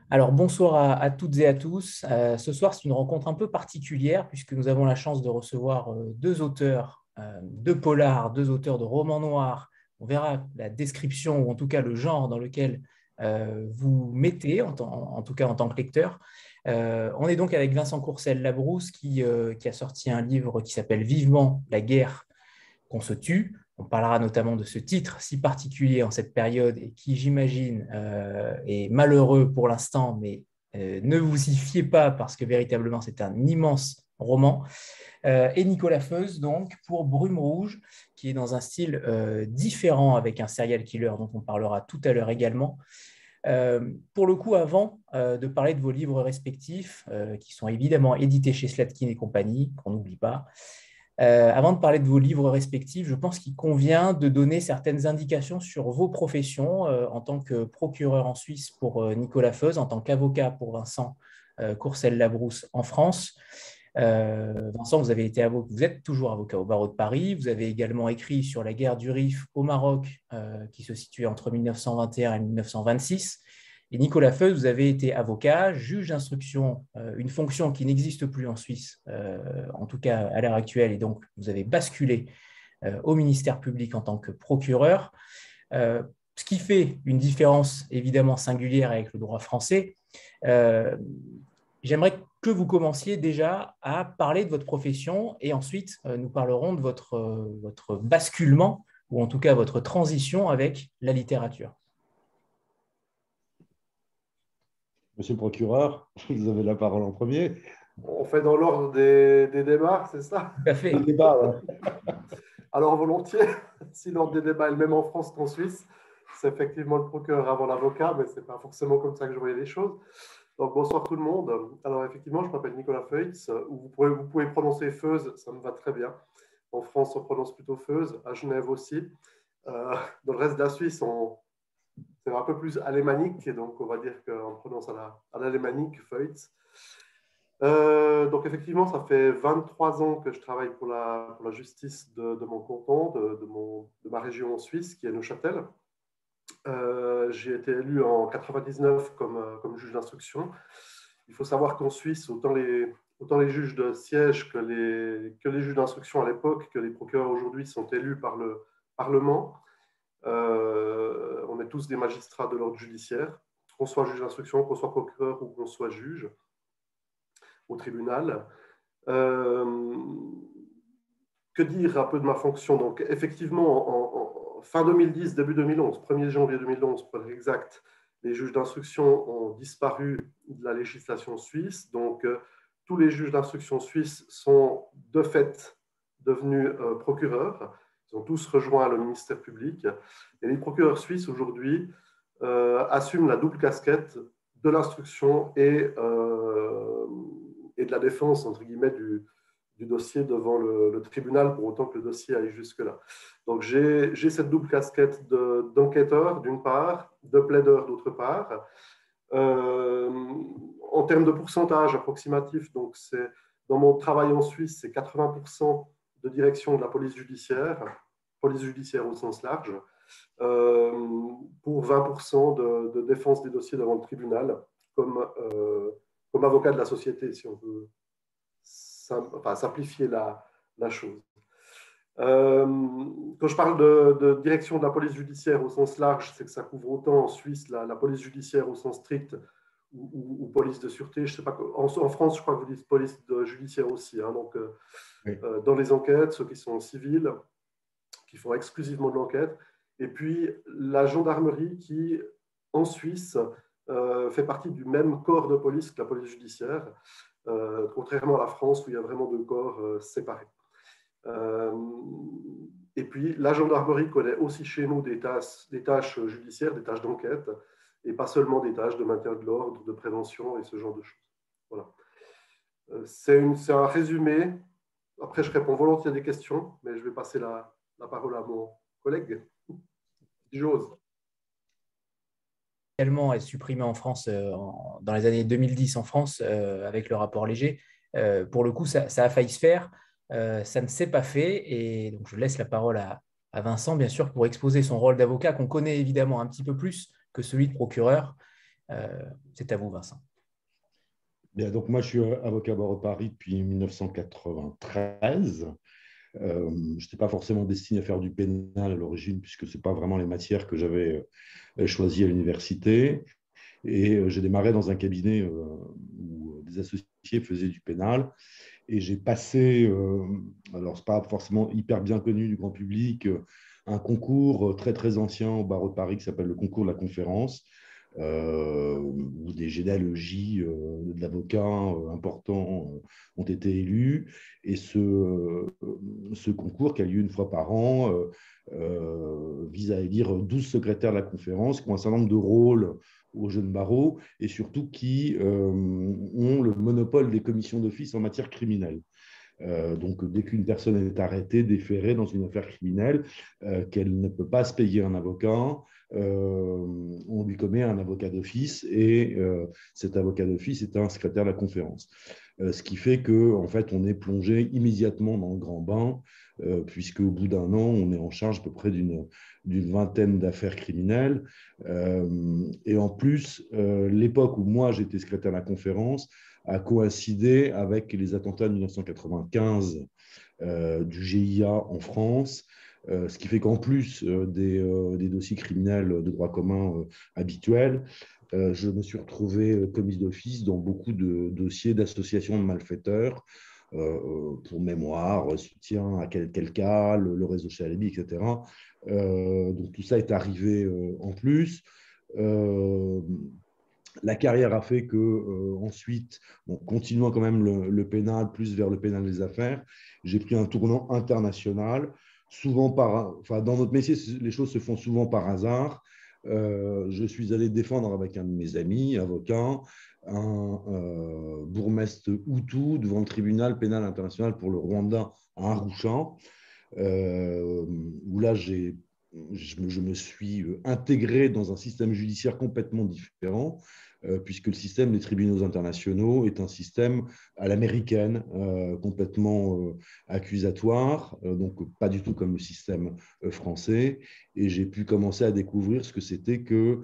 Alors, bonsoir à toutes et à tous. Ce soir, c'est une rencontre un peu particulière puisque nous avons la chance de recevoir deux auteurs de polar, deux auteurs de romans noirs. On verra la description ou en tout cas le genre dans lequel vous mettez, en tout cas en tant que lecteur. On est donc avec Vincent Courcelles-Labrousse qui a sorti un livre qui s'appelle Vivement la guerre qu'on se tue. On parlera notamment de ce titre si particulier en cette période et qui, j'imagine, est malheureux pour l'instant, mais ne vous y fiez pas parce que véritablement, c'est un immense roman. Et Nicolas Feuze, donc, pour Brume Rouge, qui est dans un style différent avec un serial killer dont on parlera tout à l'heure également. Pour le coup, avant de parler de vos livres respectifs, qui sont évidemment édités chez Slatkin et compagnie, qu'on n'oublie pas, avant de parler de vos livres respectifs, je pense qu'il convient de donner certaines indications sur vos professions en tant que procureur en Suisse pour Nicolas Feuze, en tant qu'avocat pour Vincent Courcelles-Labrousse en France. Vincent, vous êtes toujours avocat au barreau de Paris. Vous avez également écrit sur la guerre du Rif au Maroc, qui se situait entre 1921 et 1926. Et Nicolas Feuze, vous avez été avocat, juge d'instruction, une fonction qui n'existe plus en Suisse, en tout cas à l'heure actuelle, et donc vous avez basculé au ministère public en tant que procureur, ce qui fait une différence évidemment singulière avec le droit français. Euh, J'aimerais que vous commenciez déjà à parler de votre profession et ensuite nous parlerons de votre basculement ou en tout cas votre transition avec la littérature. Monsieur le procureur, vous avez la parole en premier. On fait dans l'ordre des débats, c'est ça? Tout à Le fait. débat, là. Alors volontiers, si l'ordre des débats est le même en France qu'en Suisse, c'est effectivement le procureur avant l'avocat, mais ce n'est pas forcément comme ça que je voyais les choses. Donc bonsoir tout le monde. Alors effectivement, je m'appelle Nicolas Feutz. Vous pouvez prononcer Feuze, ça me va très bien. En France, on prononce plutôt Feuze, à Genève aussi. Dans le reste de la Suisse, c'est un peu plus alémanique, et donc on va dire qu'on prononce à l'alémanique Feutz. Donc effectivement, ça fait 23 ans que je travaille pour la justice de mon canton, de ma région en Suisse, qui est Neuchâtel. J'ai été élu en 99 comme juge d'instruction. Il faut savoir qu'en Suisse, autant les juges de siège que les juges d'instruction à l'époque, que les procureurs aujourd'hui sont élus par le Parlement. On est tous des magistrats de l'ordre judiciaire, qu'on soit juge d'instruction, qu'on soit procureur ou qu'on soit juge au tribunal. Que dire un peu de ma fonction? Donc, effectivement, en fin 2010, début 2011, 1er janvier 2011, pour être exact, les juges d'instruction ont disparu de la législation suisse. Donc, tous les juges d'instruction suisses sont de fait devenus procureurs. Ils ont tous rejoint le ministère public. Et les procureurs suisses, aujourd'hui, assument la double casquette de l'instruction et de la défense, entre guillemets, du dossier devant le tribunal, pour autant que le dossier aille jusque-là. Donc, j'ai cette double casquette d'enquêteur, d'une part, de plaideur, d'autre part. En termes de pourcentage approximatif, donc dans mon travail en Suisse, c'est 80% de direction de la police judiciaire au sens large, pour 20% de défense des dossiers devant le tribunal, comme avocat de la société, si on veut simplifier la chose. Quand je parle de direction de la police judiciaire au sens large, c'est que ça couvre autant en Suisse la police judiciaire au sens strict ou police de sûreté. Je sais pas, en France, je crois que vous dites police judiciaire aussi. Hein, donc, Oui. dans les enquêtes, ceux qui sont civils, qui font exclusivement de l'enquête. Et puis la gendarmerie qui, en Suisse, fait partie du même corps de police que la police judiciaire, contrairement à la France où il y a vraiment deux corps séparés. Et puis la gendarmerie connaît aussi chez nous des tâches judiciaires, des tâches d'enquête, et pas seulement des tâches de maintien de l'ordre, de prévention et ce genre de choses. Voilà. C'est un résumé. Après, je réponds volontiers à des questions, mais je vais passer la parole à mon collègue, si j'ose. Également est supprimé en France dans les années 2010 en France avec le rapport Léger. Pour le coup, ça a failli se faire. Ça ne s'est pas fait. Et donc, je laisse la parole à Vincent, bien sûr, pour exposer son rôle d'avocat qu'on connaît évidemment un petit peu plus que celui de procureur. C'est à vous, Vincent. Bien, donc moi, je suis avocat barreau de Paris depuis 1993. Je n'étais pas forcément destiné à faire du pénal à l'origine, puisque ce n'est pas vraiment les matières que j'avais choisies à l'université. Et j'ai démarré dans un cabinet où des associés faisaient du pénal. Et j'ai passé, alors ce n'est pas forcément hyper bien connu du grand public, un concours très très ancien au barreau de Paris qui s'appelle le concours de la conférence, où des généalogies de l'avocat importants ont été élus. Et ce concours qui a lieu une fois par an vise à élire 12 secrétaires de la conférence qui ont un certain nombre de rôles aux jeunes barreaux et surtout qui ont le monopole des commissions d'office en matière criminelle. Donc, dès qu'une personne est arrêtée, déférée dans une affaire criminelle, qu'elle ne peut pas se payer un avocat, on lui commet un avocat d'office et cet avocat d'office est un secrétaire de la conférence. Ce qui fait qu'en fait, on est plongé immédiatement dans le grand bain, puisque au bout d'un an, on est en charge à peu près d'une vingtaine d'affaires criminelles. Et en plus, l'époque où moi, j'étais secrétaire de la conférence, a coïncidé avec les attentats de 1995 du GIA en France, ce qui fait qu'en plus des dossiers criminels de droit commun habituels, je me suis retrouvé commis d'office dans beaucoup de dossiers d'associations de malfaiteurs, pour mémoire, soutien à quel cas, le réseau Chalabi, etc. Donc tout ça est arrivé en plus. La carrière a fait que ensuite, bon, continuant quand même le pénal, plus vers le pénal des affaires, j'ai pris un tournant international. Souvent dans notre métier, les choses se font souvent par hasard. Je suis allé défendre avec un de mes amis, avocat, un bourgmestre Hutu devant le tribunal pénal international pour le Rwanda à Arusha, où là, je me suis intégré dans un système judiciaire complètement différent, puisque le système des tribunaux internationaux est un système à l'américaine, complètement accusatoire, donc pas du tout comme le système français. Et j'ai pu commencer à découvrir ce que c'était que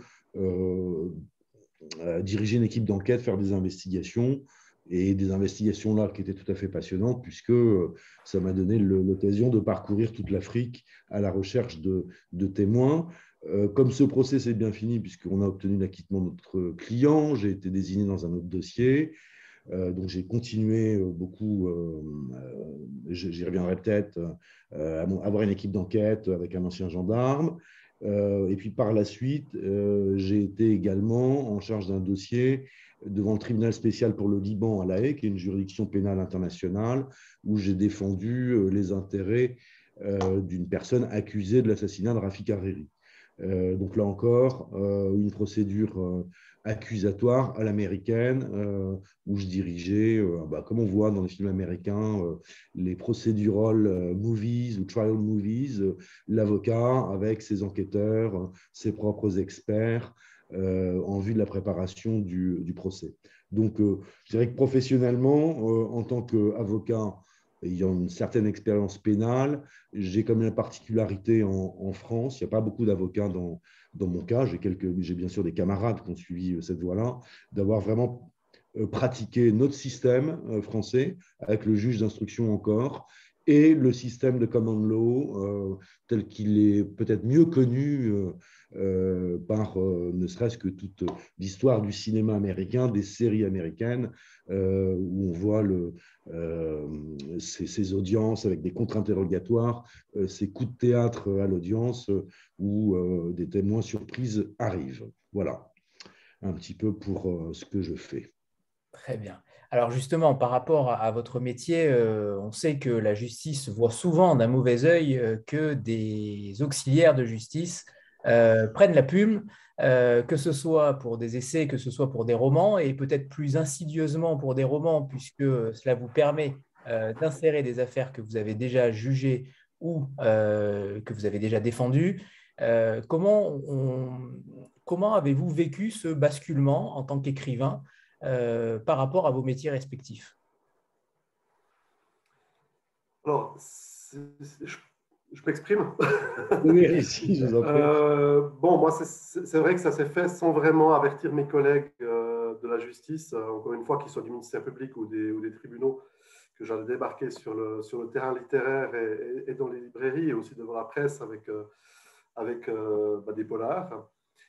diriger une équipe d'enquête, faire des investigations, et des investigations là qui étaient tout à fait passionnantes, puisque ça m'a donné l'occasion de parcourir toute l'Afrique à la recherche de témoins. Comme ce procès s'est bien fini, puisqu'on a obtenu l'acquittement de notre client, j'ai été désigné dans un autre dossier. Donc j'ai continué beaucoup, j'y reviendrai peut-être, à avoir une équipe d'enquête avec un ancien gendarme. Et puis par la suite, j'ai été également en charge d'un dossier devant le tribunal spécial pour le Liban à La Haye, qui est une juridiction pénale internationale, où j'ai défendu les intérêts d'une personne accusée de l'assassinat de Rafik Hariri. Donc là encore, une procédure accusatoire à l'américaine, où je dirigeais, comme on voit dans les films américains, les procedural movies ou trial movies, l'avocat avec ses enquêteurs, ses propres experts, en vue de la préparation du procès. Donc, je dirais que professionnellement, en tant qu'avocat, ayant une certaine expérience pénale, j'ai comme une particularité en France, il n'y a pas beaucoup d'avocats dans mon cas, j'ai bien sûr des camarades qui ont suivi cette voie-là, d'avoir vraiment pratiqué notre système français, avec le juge d'instruction encore, et le système de common law tel qu'il est peut-être mieux connu par ne serait-ce que toute l'histoire du cinéma américain, des séries américaines, où on voit ces audiences avec des contre-interrogatoires, ces coups de théâtre à l'audience où des témoins surprises arrivent. Voilà, un petit peu pour ce que je fais. Très bien. Alors justement, par rapport à votre métier, on sait que la justice voit souvent d'un mauvais œil que des auxiliaires de justice prennent la plume, que ce soit pour des essais, que ce soit pour des romans, et peut-être plus insidieusement pour des romans, puisque cela vous permet d'insérer des affaires que vous avez déjà jugées ou que vous avez déjà défendues. Comment avez-vous vécu ce basculement en tant qu'écrivain par rapport à vos métiers respectifs? Alors, Je m'exprime. Oui, ici, je vous en prie. Bon, moi, c'est vrai que ça s'est fait sans vraiment avertir mes collègues de la justice, encore une fois, qu'ils soient du ministère public ou des tribunaux, que j'allais débarquer sur le terrain littéraire et dans les librairies et aussi devant la presse avec des polars.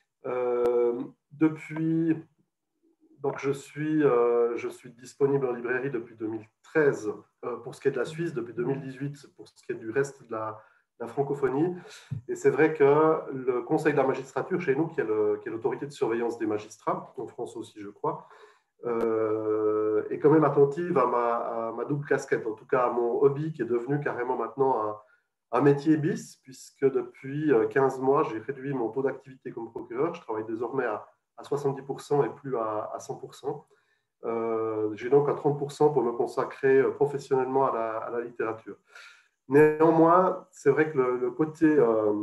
Depuis, donc je suis disponible en librairie depuis 2013 pour ce qui est de la Suisse, depuis 2018 pour ce qui est du reste de la francophonie. Et c'est vrai que le Conseil de la magistrature, chez nous, qui est l'autorité de surveillance des magistrats, en France aussi, je crois, est quand même attentive à ma double casquette, en tout cas à mon hobby qui est devenu carrément maintenant un métier bis, puisque depuis 15 mois, j'ai réduit mon taux d'activité comme procureur. Je travaille désormais à 70% et plus à 100%. J'ai donc à 30% pour me consacrer professionnellement à la littérature. Néanmoins, c'est vrai que le côté,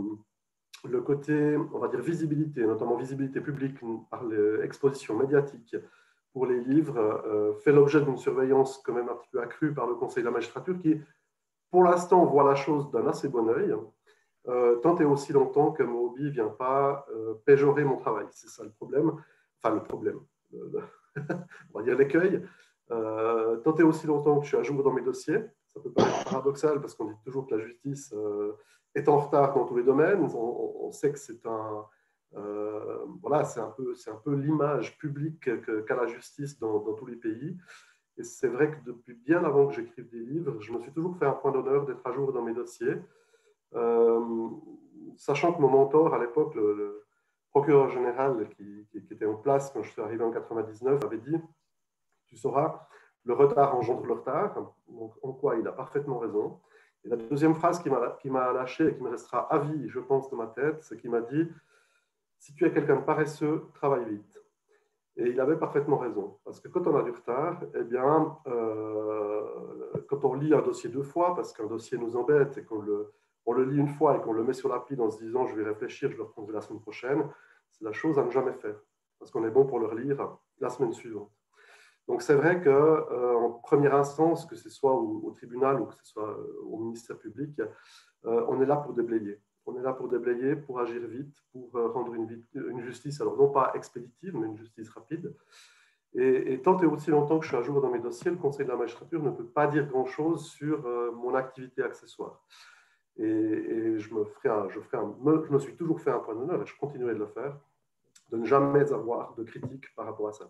on va dire, visibilité, notamment visibilité publique par l'exposition médiatique pour les livres, fait l'objet d'une surveillance quand même un petit peu accrue par le Conseil de la magistrature qui, pour l'instant, voit la chose d'un assez bon œil, tant et aussi longtemps que mon hobby ne vient pas péjorer mon travail. C'est ça le problème. Enfin, le problème. On va dire l'écueil. Tant et aussi longtemps que je suis à jour dans mes dossiers. Ça peut paraître paradoxal parce qu'on dit toujours que la justice est en retard dans tous les domaines. On sait que c'est voilà, c'est un peu l'image publique qu'a la justice dans tous les pays. Et c'est vrai que depuis bien avant que j'écrive des livres, je me suis toujours fait un point d'honneur d'être à jour dans mes dossiers. Sachant que mon mentor à l'époque, le procureur général qui était en place quand je suis arrivé en 99, avait dit « Tu sauras, le retard engendre le retard ». Donc, en quoi il a parfaitement raison. Et la deuxième phrase qui m'a lâché et qui me restera à vie, je pense, dans ma tête, c'est qu'il m'a dit « Si tu es quelqu'un de paresseux, travaille vite ». Et il avait parfaitement raison. Parce que quand on a du retard, eh bien, quand on lit un dossier deux fois, parce qu'un dossier nous embête et qu'on le lit une fois et qu'on le met sur la pile en se disant « je vais réfléchir, je le reprendrai la semaine prochaine », c'est la chose à ne jamais faire. Parce qu'on est bon pour le relire la semaine suivante. Donc c'est vrai qu'en première instance, que ce soit au tribunal ou que ce soit au ministère public, on est là pour déblayer. On est là pour déblayer, pour agir vite, pour rendre une justice, alors non pas expéditive, mais une justice rapide. Et tant et aussi longtemps que je suis à jour dans mes dossiers, le Conseil de la magistrature ne peut pas dire grand-chose sur mon activité accessoire. Et je me suis toujours fait un point d'honneur, et je continuerai de le faire, de ne jamais avoir de critique par rapport à ça.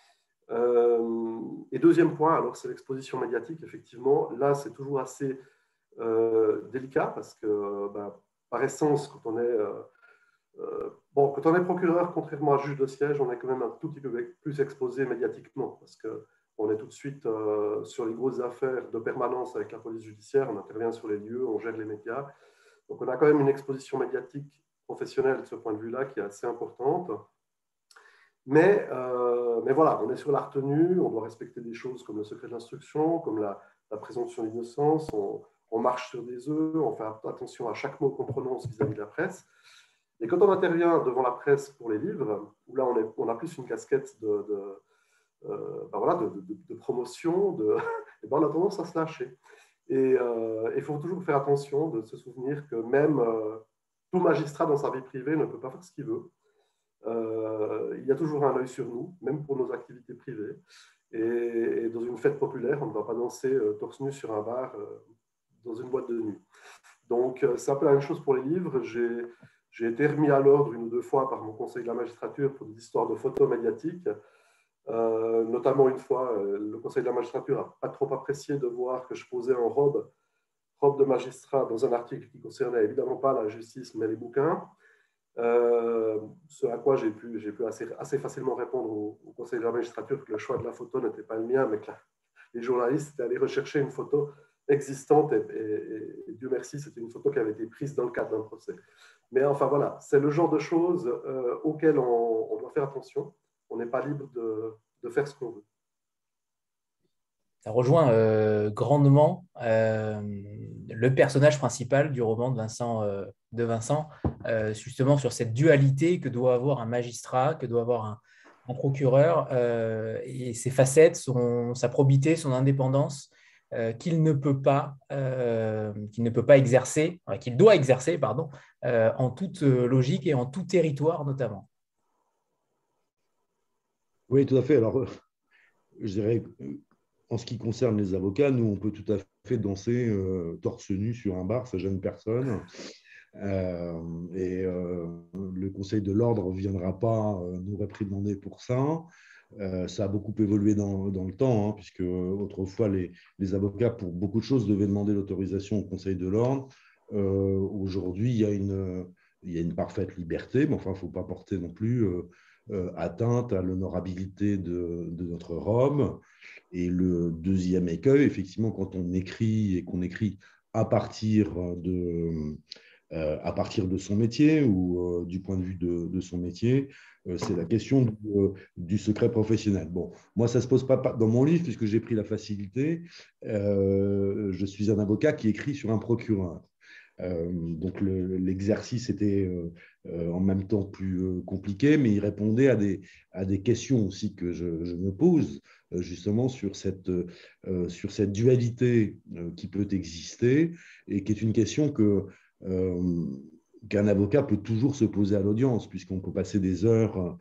Et deuxième point, alors c'est l'exposition médiatique, effectivement. Là, c'est toujours assez délicat parce que, par essence, quand on est procureur, contrairement à juge de siège, on est quand même un tout petit peu plus exposé médiatiquement parce qu'on est tout de suite sur les grosses affaires de permanence avec la police judiciaire, on intervient sur les lieux, on gère les médias. Donc, on a quand même une exposition médiatique professionnelle de ce point de vue-là qui est assez importante. Mais voilà, on est sur la retenue, on doit respecter des choses comme le secret de l'instruction, comme la présomption d'innocence, on marche sur des œufs, on fait attention à chaque mot qu'on prononce vis-à-vis de la presse. Et quand on intervient devant la presse pour les livres, où là on a plus une casquette de promotion, et on a tendance à se lâcher. Et il faut toujours faire attention de se souvenir que même tout magistrat dans sa vie privée ne peut pas faire ce qu'il veut. Il y a toujours un œil sur nous, même pour nos activités privées. Et dans une fête populaire, on ne va pas danser torse nu sur un bar dans une boîte de nuit. Donc, c'est un peu la même chose pour les livres. J'ai été remis à l'ordre une ou deux fois par mon conseil de la magistrature pour des histoires de photos médiatiques. Notamment une fois, le conseil de la magistrature n'a pas trop apprécié de voir que je posais en robe de magistrat dans un article qui concernait évidemment pas la justice, mais les bouquins. Ce à quoi j'ai pu assez facilement répondre au conseil de la magistrature que le choix de la photo n'était pas le mien, mais que les journalistes étaient allés rechercher une photo existante et Dieu merci, c'était une photo qui avait été prise dans le cadre d'un procès. Mais enfin voilà, c'est le genre de choses auxquelles on doit faire attention. On n'est pas libre de faire ce qu'on veut. Ça rejoint grandement le personnage principal du roman de Vincent, justement sur cette dualité que doit avoir un magistrat, que doit avoir un procureur, et ses facettes, sa probité, son indépendance, qu'il ne peut pas exercer, qu'il doit exercer, pardon, en toute logique et en tout territoire notamment. Oui, tout à fait. Alors, je dirais, en ce qui concerne les avocats, nous, on peut tout à fait danser torse nu sur un bar, ça gêne personne. Le Conseil de l'ordre ne viendra pas nous réprimander pour ça. Ça a beaucoup évolué dans le temps, hein, puisque autrefois, les avocats, pour beaucoup de choses, devaient demander l'autorisation au Conseil de l'ordre. Aujourd'hui, il y a une parfaite liberté, mais enfin, il ne faut pas porter non plus atteinte à l'honorabilité de notre Rome. Et le deuxième écueil, effectivement, quand on écrit et qu'on écrit à partir de son métier ou du point de vue de son métier, c'est la question du secret professionnel. Bon, moi, ça ne se pose pas dans mon livre puisque j'ai pris la facilité. Je suis un avocat qui écrit sur un procureur. Donc l'exercice était en même temps plus compliqué, mais il répondait à des questions aussi que je me pose justement sur cette dualité qui peut exister et qui est une question qu'un avocat peut toujours se poser à l'audience, puisqu'on peut passer des heures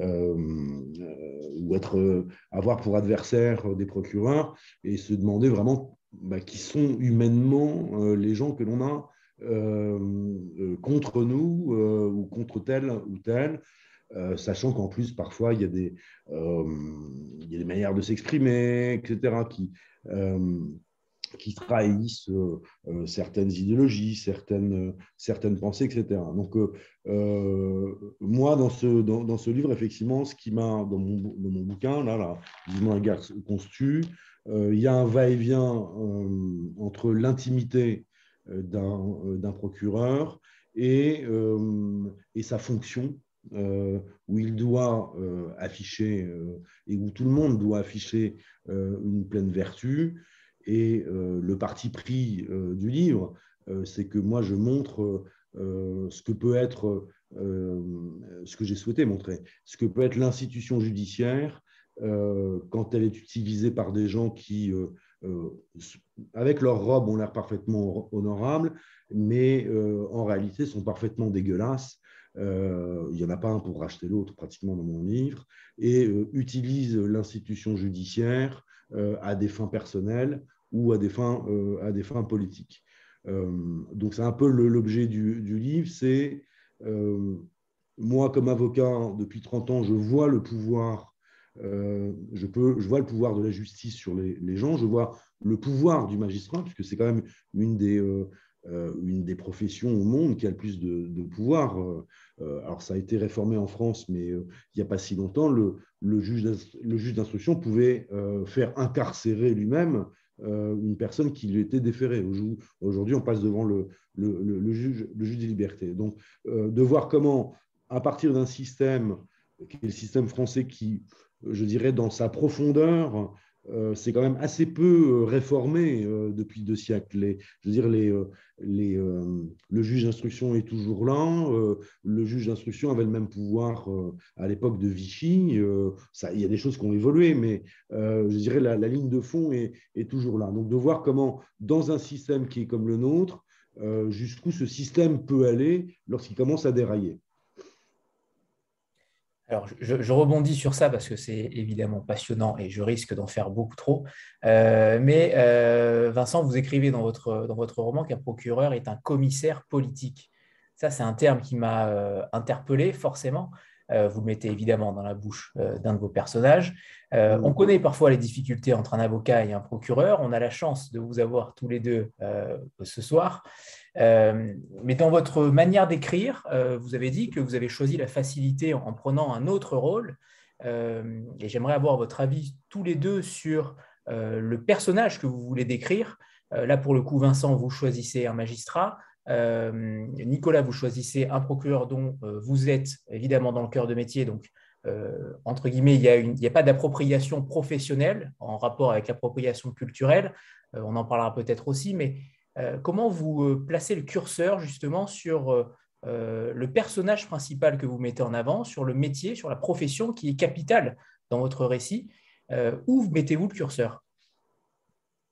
ou avoir pour adversaire des procureurs et se demander vraiment qui sont humainement les gens que l'on a contre nous ou contre tel ou tel, sachant qu'en plus, parfois, il y a des manières de s'exprimer, etc., qui trahissent certaines idéologies, certaines pensées, etc. Donc, moi, dans ce livre, effectivement, ce qui m'a, dans mon bouquin, Vivement la guerre qu'on se tue, il y a un va-et-vient entre l'intimité d'un procureur et sa fonction, où il doit afficher, et où tout le monde doit afficher une pleine vertu. Et le parti pris du livre, c'est que moi, je montre ce que peut être, ce que j'ai souhaité montrer, ce que peut être l'institution judiciaire quand elle est utilisée par des gens qui, avec leur robe, ont l'air parfaitement honorables, mais en réalité sont parfaitement dégueulasses. Il n'y en a pas un pour racheter l'autre pratiquement dans mon livre, et utilisent l'institution judiciaire à des fins personnelles ou à des fins politiques. Donc c'est un peu l'objet du livre, c'est moi comme avocat depuis 30 ans, je vois le pouvoir, je vois le pouvoir de la justice sur les gens, je vois le pouvoir du magistrat, puisque c'est quand même une des professions au monde qui a le plus de pouvoir. Alors ça a été réformé en France, mais il n'y a pas si longtemps, le juge d'instruction pouvait faire incarcérer lui-même une personne qui lui était déférée. Aujourd'hui, on passe devant le juge des libertés. Donc, de voir comment, à partir d'un système, qui est le système français qui, je dirais, dans sa profondeur, c'est quand même assez peu réformé depuis 2 siècles. Je veux dire, le juge d'instruction est toujours là. Le juge d'instruction avait le même pouvoir à l'époque de Vichy. Il y a des choses qui ont évolué, mais je dirais la ligne de fond est toujours là. Donc, de voir comment, dans un système qui est comme le nôtre, jusqu'où ce système peut aller lorsqu'il commence à dérailler. Alors, je rebondis sur ça parce que c'est évidemment passionnant et je risque d'en faire beaucoup trop. Vincent, vous écrivez dans votre roman qu'un procureur est un commissaire politique. Ça, c'est un terme qui m'a interpellé forcément. Vous le mettez évidemment dans la bouche d'un de vos personnages. On connaît parfois les difficultés entre un avocat et un procureur. On a la chance de vous avoir tous les deux ce soir. Mais dans votre manière d'écrire, vous avez dit que vous avez choisi la facilité en prenant un autre rôle. Et j'aimerais avoir votre avis tous les deux sur le personnage que vous voulez décrire. Là, pour le coup, Vincent, vous choisissez un magistrat. Nicolas, vous choisissez un procureur dont vous êtes évidemment dans le cœur de métier. Donc, entre guillemets, il n'y a pas d'appropriation professionnelle en rapport avec l'appropriation culturelle. On en parlera peut-être aussi, mais comment vous placez le curseur justement sur le personnage principal que vous mettez en avant, sur le métier, sur la profession qui est capitale dans votre récit. Où mettez-vous le curseur ?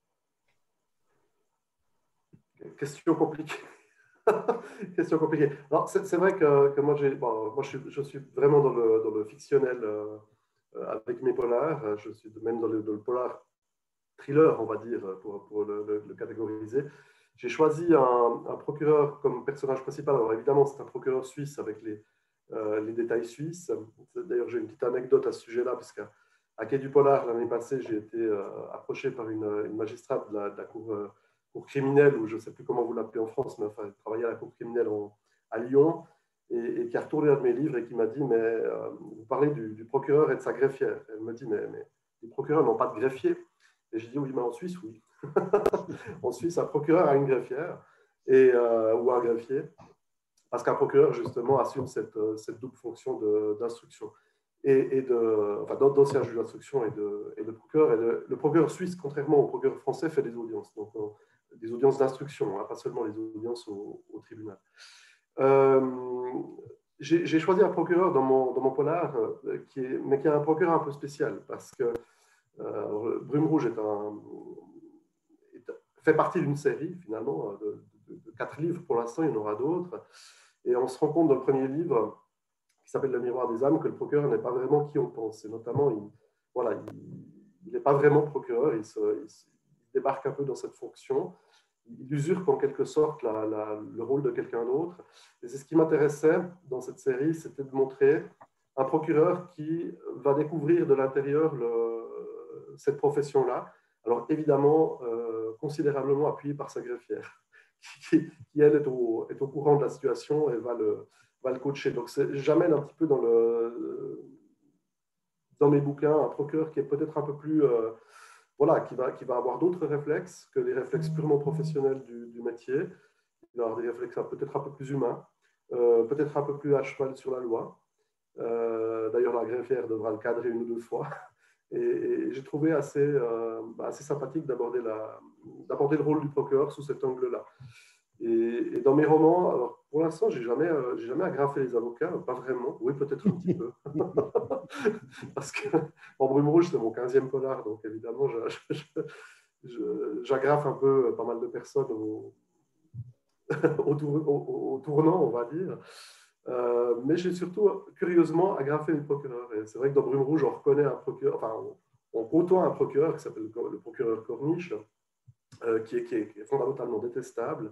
question compliquée. Question compliquée. Alors, c'est vrai que moi, moi je suis vraiment dans le fictionnel avec mes polars. Je suis même dans le polar thriller, on va dire, pour le catégoriser. J'ai choisi un procureur comme personnage principal. Alors évidemment, c'est un procureur suisse avec les détails suisses. D'ailleurs, j'ai une petite anecdote à ce sujet-là, parce qu'à Quai du Polar, l'année passée, j'ai été approché par une magistrate de la cour criminelle, ou je ne sais plus comment vous l'appelez en France, mais enfin, elle travaillait à la cour criminelle à Lyon, et qui a retourné un de mes livres et qui m'a dit, mais vous parlez du procureur et de sa greffière. Elle me dit, mais les procureurs n'ont pas de greffier. Et j'ai dit, oui, mais en Suisse, oui. En Suisse, un procureur a une greffière ou un greffier, parce qu'un procureur, justement, assume cette double fonction d'instruction et d'ancien juge d'instruction et de procureur. Et le procureur suisse, contrairement au procureur français, fait des audiences, donc des audiences d'instruction, hein, pas seulement les audiences au tribunal. J'ai choisi un procureur dans mon polar, mais qui est un procureur un peu spécial, parce que Brume Rouge fait partie d'une série, finalement, de 4 livres pour l'instant, il y en aura d'autres. Et on se rend compte dans le premier livre, qui s'appelle Le Miroir des âmes, que le procureur n'est pas vraiment qui on pense. Et notamment, il n'est pas vraiment procureur, il débarque un peu dans cette fonction. Il usurpe en quelque sorte le rôle de quelqu'un d'autre. Et c'est ce qui m'intéressait dans cette série, c'était de montrer un procureur qui va découvrir de l'intérieur cette profession-là. Alors évidemment, considérablement appuyé par sa greffière, qui elle, est au courant de la situation et va le coacher. Donc j'amène un petit peu dans mes bouquins un procureur qui est peut-être un peu plus... qui va avoir d'autres réflexes que les réflexes purement professionnels du métier. Il va avoir des réflexes peut-être un peu plus humains, peut-être un peu plus à cheval sur la loi. D'ailleurs, la greffière devra le cadrer 1 ou 2 fois. Et j'ai trouvé assez sympathique d'aborder le rôle du procureur sous cet angle-là. Et dans mes romans, alors pour l'instant, j'ai jamais agrafé les avocats, pas vraiment. Oui, peut-être un petit peu. Parce que en Brume Rouge, c'est mon 15e polar, donc évidemment, j'agrafe un peu pas mal de personnes au tournant, on va dire. Mais j'ai surtout, curieusement, agrafé les procureurs. Et c'est vrai que dans Brume Rouge, on reconnaît un procureur, enfin, on côtoie un procureur qui s'appelle le procureur Corniche, qui est fondamentalement détestable.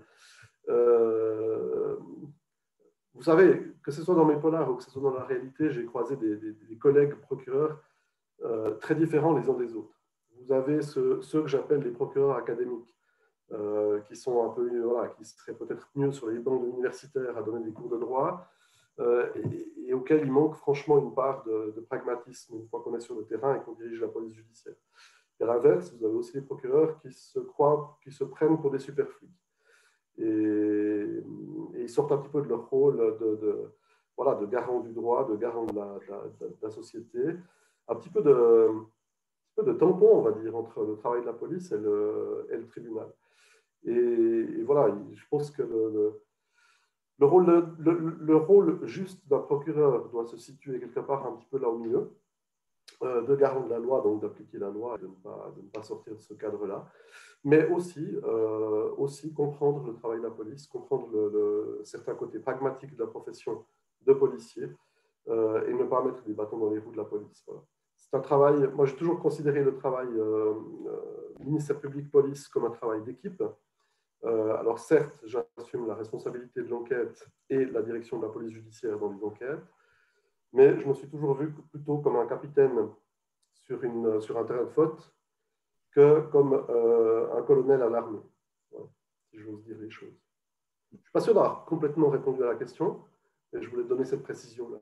Vous savez, que ce soit dans mes polars ou que ce soit dans la réalité, j'ai croisé des collègues procureurs très différents les uns des autres. Vous avez ceux que j'appelle les procureurs académiques, qui sont un peu, qui seraient peut-être mieux sur les bancs universitaires à donner des cours de droit, et auxquels il manque franchement une part de pragmatisme une fois qu'on est sur le terrain et qu'on dirige la police judiciaire. Et à l'inverse, vous avez aussi les procureurs qui se prennent pour des super flics. Et ils sortent un petit peu de leur rôle de garant du droit, de garant de la société, un petit peu de tampon, on va dire, entre le travail de la police et le tribunal. Et voilà, je pense que le rôle juste d'un procureur doit se situer quelque part un petit peu là au milieu, de garant de la loi, donc d'appliquer la loi et de ne pas sortir de ce cadre-là, mais aussi comprendre le travail de la police, comprendre certains côtés pragmatiques de la profession de policier, et ne pas mettre des bâtons dans les roues de la police. Voilà. C'est un travail, moi j'ai toujours considéré le travail ministère public-police comme un travail d'équipe. Alors certes, j'assume la responsabilité de l'enquête et la direction de la police judiciaire dans les enquêtes, mais je me suis toujours vu plutôt comme un capitaine sur un terrain de faute que comme un colonel à l'armée, voilà, si j'ose dire les choses. Je ne suis pas sûr d'avoir complètement répondu à la question, mais je voulais donner cette précision-là.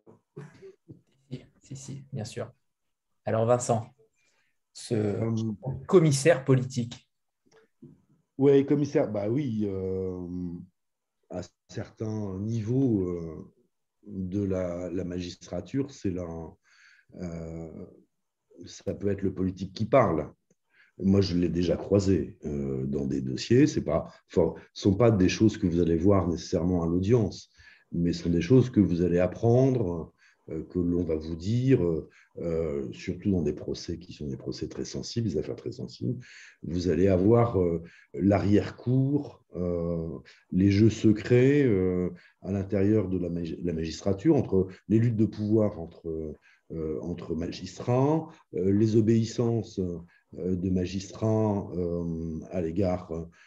Si, bien sûr. Alors Vincent, ce commissaire politique. Oui, commissaire, bah oui, à certains niveaux de la magistrature, ça peut être le politique qui parle. Moi, je l'ai déjà croisé dans des dossiers. Ce ne sont pas des choses que vous allez voir nécessairement à l'audience, mais ce sont des choses que vous allez apprendre que l'on va vous dire, surtout dans des procès qui sont des procès très sensibles, des affaires très sensibles. Vous allez avoir l'arrière-cour, les jeux secrets à l'intérieur de la magistrature, entre les luttes de pouvoir entre magistrats, les obéissances de magistrats à l'égard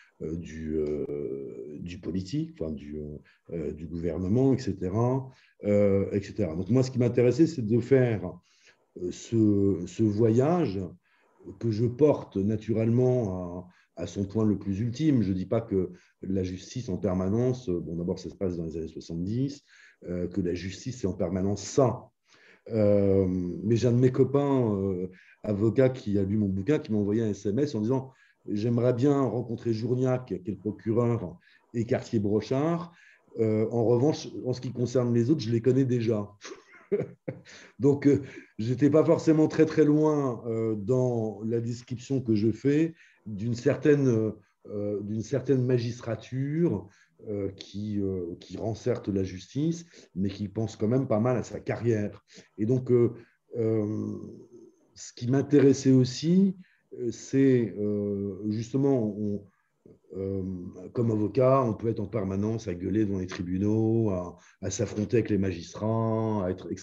du politique, enfin, du gouvernement, etc., etc. Donc moi, ce qui m'intéressait, c'est de faire ce voyage que je porte naturellement à son point le plus ultime. Je ne dis pas que la justice en permanence, bon d'abord ça se passe dans les années 70, que la justice c'est en permanence ça. Mais j'ai un de mes copains avocats qui a lu mon bouquin, qui m'a envoyé un SMS en disant j'aimerais bien rencontrer Journiac, qui est le procureur, et Cartier-Brochard. En revanche, en ce qui concerne les autres, je les connais déjà. Donc, je n'étais pas forcément très, très loin dans la description que je fais d'une certaine magistrature qui rend certes la justice, mais qui pense quand même pas mal à sa carrière. Et donc, ce qui m'intéressait aussi, c'est justement, euh, comme avocat, on peut être en permanence à gueuler devant les tribunaux, à s'affronter avec les magistrats, à être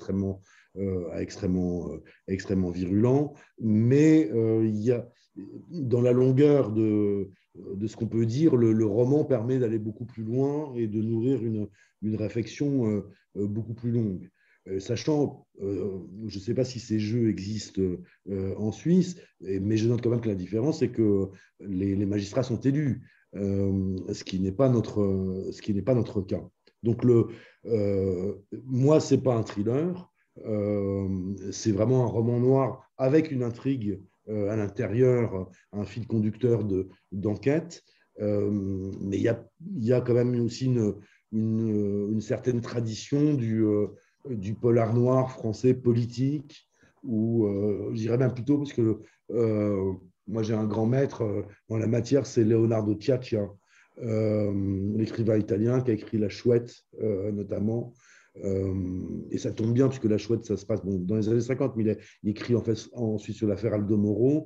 extrêmement virulent. Mais il y a, dans la longueur de ce qu'on peut dire, le roman permet d'aller beaucoup plus loin et de nourrir une réflexion beaucoup plus longue. Sachant, je ne sais pas si ces jeux existent en Suisse, mais je note quand même que la différence, c'est que les magistrats sont élus, ce qui n'est pas notre cas. Donc, moi, ce n'est pas un thriller, c'est vraiment un roman noir avec une intrigue à l'intérieur, un fil conducteur d'enquête, mais il y a quand même aussi une certaine tradition du polar noir français politique, ou je dirais même plutôt, parce que moi j'ai un grand maître dans la matière, c'est Leonardo Ciaccia, l'écrivain italien qui a écrit La Chouette notamment. Et ça tombe bien, puisque La Chouette, ça se passe dans les années 50, mais il écrit ensuite sur l'affaire Aldo Moro,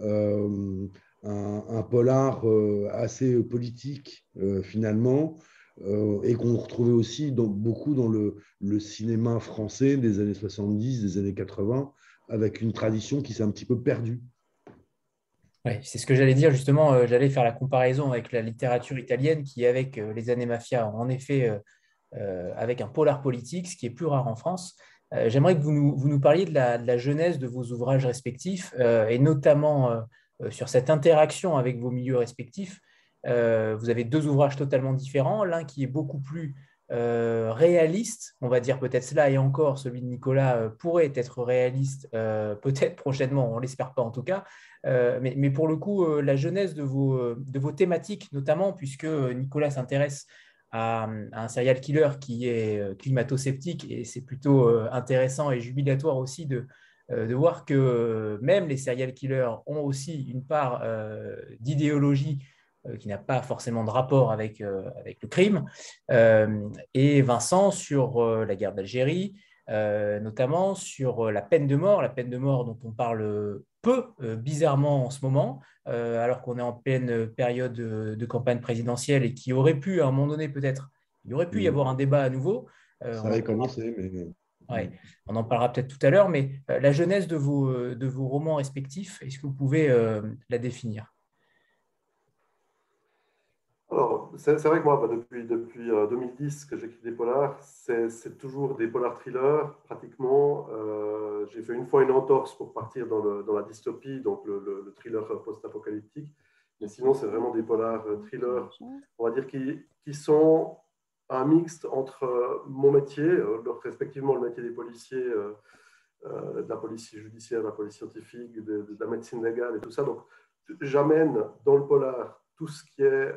un polar assez politique finalement, et qu'on retrouvait aussi beaucoup dans le cinéma français des années 70, des années 80, avec une tradition qui s'est un petit peu perdue. Ouais, c'est ce que j'allais dire justement, j'allais faire la comparaison avec la littérature italienne qui, avec les années mafia, en effet, avec un polar politique, ce qui est plus rare en France. J'aimerais que vous nous parliez de la genèse de vos ouvrages respectifs et notamment sur cette interaction avec vos milieux respectifs. Vous avez deux ouvrages totalement différents, l'un qui est beaucoup plus réaliste, on va dire peut-être cela, et encore celui de Nicolas pourrait être réaliste, peut-être prochainement, on ne l'espère pas en tout cas, mais pour le coup, la genèse de vos thématiques, notamment puisque Nicolas s'intéresse à un serial killer qui est climato-sceptique, et c'est plutôt intéressant et jubilatoire aussi de voir que même les serial killers ont aussi une part d'idéologie qui n'a pas forcément de rapport avec le crime. Et Vincent sur la guerre d'Algérie, notamment sur la peine de mort dont on parle peu, bizarrement en ce moment, alors qu'on est en pleine période de campagne présidentielle et qui aurait pu, à un moment donné, peut-être, il aurait pu y avoir un débat à nouveau. Ça avait commencé, mais... Ouais, on en parlera peut-être tout à l'heure, mais la genèse de vos romans respectifs, est-ce que vous pouvez la définir? Alors, c'est vrai que moi, depuis 2010 que j'écris des polars, c'est toujours des polars thrillers, pratiquement. J'ai fait une fois une entorse pour partir dans la dystopie, donc le thriller post-apocalyptique. Mais sinon, c'est vraiment des polars thrillers, on va dire, qui sont un mixte entre mon métier, respectivement le métier des policiers, de la police judiciaire, de la police scientifique, de la médecine légale et tout ça. Donc, j'amène dans le polar tout ce qui est,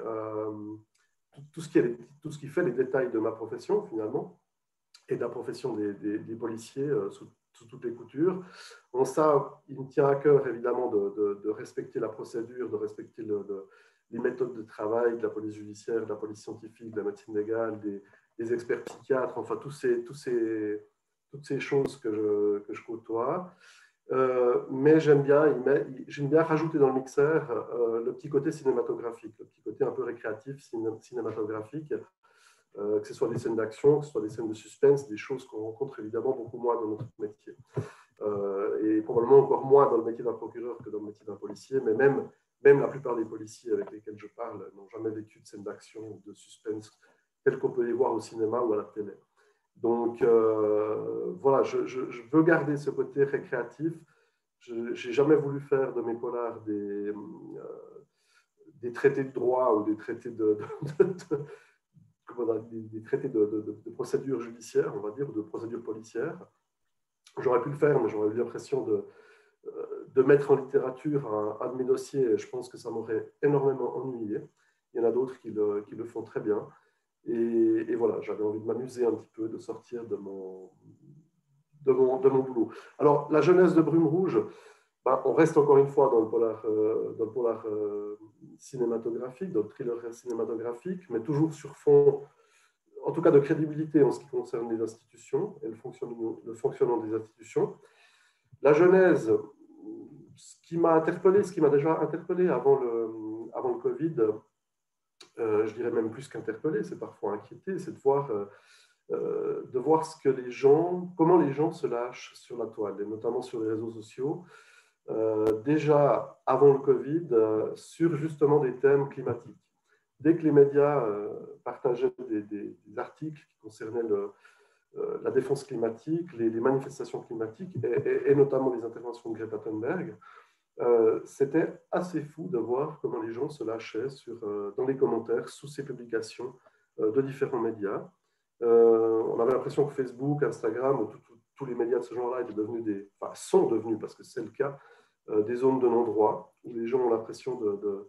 tout ce qui fait les détails de ma profession finalement et de la profession des policiers sous toutes les coutures. En ça, il me tient à cœur évidemment de respecter la procédure, de respecter les méthodes de travail de la police judiciaire, de la police scientifique, de la médecine légale, des experts psychiatres, enfin tous toutes ces choses que je côtoie. Mais j'aime bien rajouter dans le mixeur le petit côté cinématographique, le petit côté un peu récréatif cinématographique, que ce soit des scènes d'action, que ce soit des scènes de suspense, des choses qu'on rencontre évidemment beaucoup moins dans notre métier. Et probablement encore moins dans le métier d'un procureur que dans le métier d'un policier, mais même la plupart des policiers avec lesquels je parle n'ont jamais vécu de scènes d'action ou de suspense telles qu'on peut les voir au cinéma ou à la télé. Donc voilà, je veux garder ce côté récréatif. Je n'ai jamais voulu faire de mes polars des traités de droit ou des traités des traités de procédure judiciaire, on va dire, ou de procédure policière. J'aurais pu le faire, mais j'aurais eu l'impression de mettre en littérature un de mes dossiers, et je pense que ça m'aurait énormément ennuyé. Il y en a d'autres qui le font très bien. Et voilà, j'avais envie de m'amuser un petit peu, de sortir de mon boulot. Alors, la jeunesse de Brume Rouge, ben, on reste encore une fois dans le polar cinématographique, dans le thriller cinématographique, mais toujours sur fond, en tout cas de crédibilité en ce qui concerne les institutions et le fonctionnement des institutions. La genèse, ce qui m'a déjà interpellé avant le Covid, je dirais même plus qu'interpellé, c'est parfois inquiété, c'est de voir comment les gens se lâchent sur la toile, et notamment sur les réseaux sociaux, déjà avant le Covid, sur justement des thèmes climatiques. Dès que les médias partageaient des articles qui concernaient la défense climatique, les manifestations climatiques et notamment les interventions de Greta Thunberg, c'était assez fou de voir comment les gens se lâchaient dans les commentaires sous ces publications de différents médias. On avait l'impression que Facebook, Instagram, tous les médias de ce genre-là sont devenus, parce que c'est le cas, des zones de non-droit, où les gens ont l'impression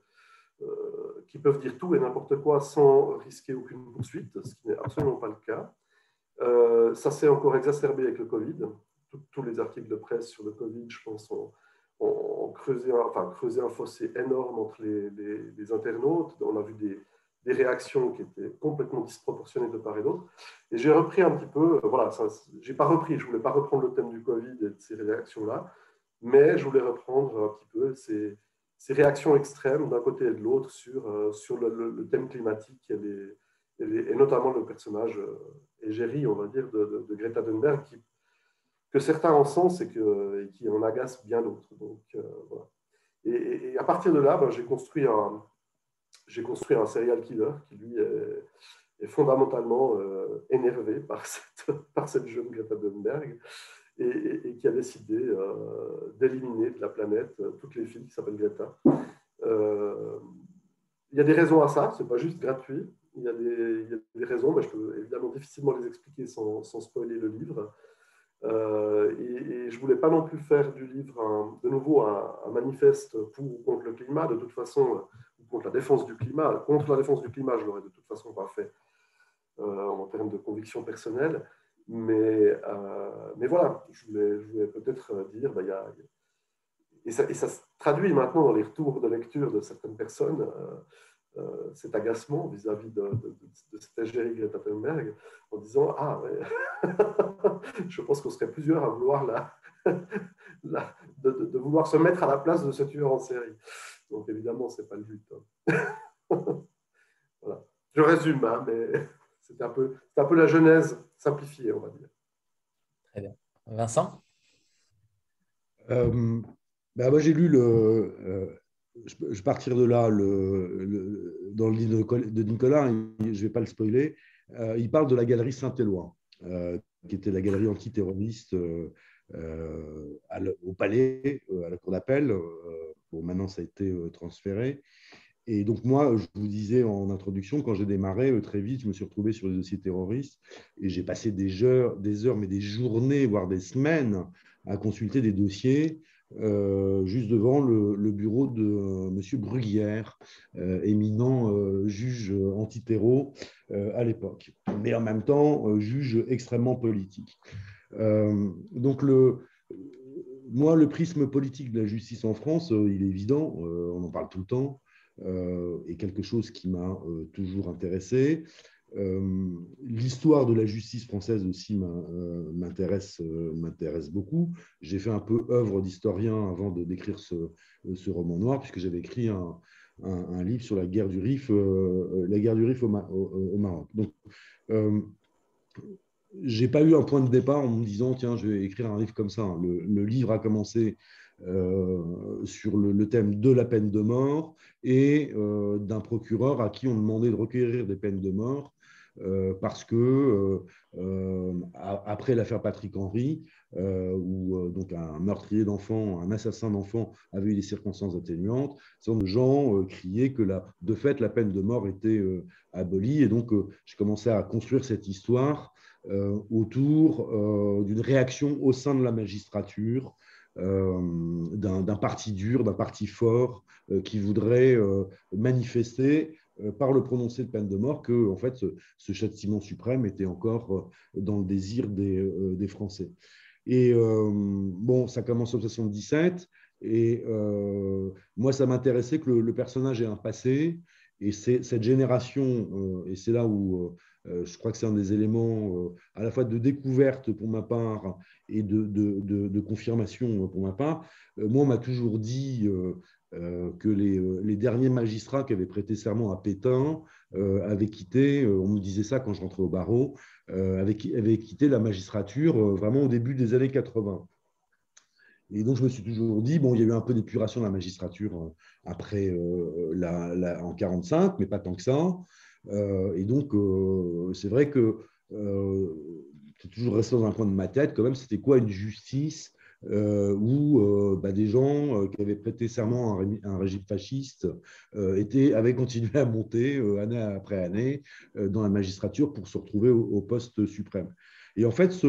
qu'ils peuvent dire tout et n'importe quoi sans risquer aucune poursuite, ce qui n'est absolument pas le cas. Ça s'est encore exacerbé avec le Covid. Tous les articles de presse sur le Covid, je pense, ont creusé un fossé énorme entre les internautes. On a vu des réactions qui étaient complètement disproportionnées de part et d'autre. Et j'ai repris un petit peu, je ne voulais pas reprendre le thème du Covid et de ces réactions-là, mais je voulais reprendre un petit peu ces réactions extrêmes d'un côté et de l'autre sur le thème climatique et notamment le personnage égérie, on va dire, de Greta Thunberg, que certains en sensent et qui en agacent bien d'autres. Donc, voilà. Et à partir de là, j'ai construit un serial killer qui, lui, est fondamentalement énervé par cette jeune Greta Thunberg et qui a décidé d'éliminer de la planète toutes les filles qui s'appellent Greta. Il y a des raisons à ça, ce n'est pas juste gratuit. Il y a des raisons, mais je peux évidemment difficilement les expliquer sans spoiler le livre. Et je ne voulais pas non plus faire du livre de nouveau un manifeste pour ou contre le climat. De toute façon, contre la défense du climat. Contre la défense du climat, je ne l'aurais de toute façon pas fait en termes de conviction personnelle. Mais voilà, je voulais peut-être dire, et ça se traduit maintenant dans les retours de lecture de certaines personnes, cet agacement vis-à-vis de cette égérie Greta Thunberg, en disant « Ah, ouais, je pense qu'on serait plusieurs à vouloir de vouloir se mettre à la place de ce tueur en série. » Donc évidemment, ce n'est pas le but. Voilà. Je résume, hein, mais c'est un peu la genèse simplifiée, on va dire. Très bien. Vincent ? Moi, j'ai lu je partirai de là, dans le livre de Nicolas, je ne vais pas le spoiler, il parle de la galerie Saint-Éloi, qui était la galerie antiterroriste au Palais, à la Cour d'appel. Bon, maintenant, ça a été transféré. Et donc, moi, je vous disais en introduction, quand j'ai démarré, très vite, je me suis retrouvé sur les dossiers terroristes et j'ai passé des heures, mais des journées, voire des semaines à consulter des dossiers juste devant le bureau de M. Bruguière, éminent juge antiterreau à l'époque, mais en même temps juge extrêmement politique. Donc, moi, le prisme politique de la justice en France, il est évident, on en parle tout le temps, est quelque chose qui m'a toujours intéressé. L'histoire de la justice française aussi m'intéresse beaucoup. J'ai fait un peu œuvre d'historien avant d'écrire ce roman noir, puisque j'avais écrit un livre sur la guerre du Rif au Maroc. Donc, je n'ai pas eu un point de départ en me disant, tiens, je vais écrire un livre comme ça. Le livre a commencé sur le thème de la peine de mort et d'un procureur à qui on demandait de requérir des peines de mort parce que après l'affaire Patrick Henry, où donc un meurtrier d'enfants, un assassin d'enfants avait eu des circonstances atténuantes, de gens criaient que de fait la peine de mort était abolie, et donc j'ai commencé à construire cette histoire autour d'une réaction au sein de la magistrature, d'un parti dur, d'un parti fort qui voudrait manifester par le prononcé de peine de mort que en fait, ce châtiment suprême était encore dans le désir des Français. Et bon, ça commence en 77, et moi, ça m'intéressait que le personnage ait un passé, et c'est cette génération, et c'est là où je crois que c'est un des éléments à la fois de découverte pour ma part et de confirmation pour ma part. Moi, on m'a toujours dit que les derniers magistrats qui avaient prêté serment à Pétain avaient quitté, on me disait ça quand je rentrais au barreau, avaient quitté la magistrature vraiment au début des années 80. Et donc, je me suis toujours dit, bon, il y a eu un peu d'épuration de la magistrature après en 45, mais pas tant que ça. Et donc, c'est vrai que c'est toujours resté dans un coin de ma tête, quand même, c'était quoi une justice où des gens qui avaient prêté serment à un régime fasciste avaient continué à monter année après année dans la magistrature pour se retrouver au poste suprême. Et en fait,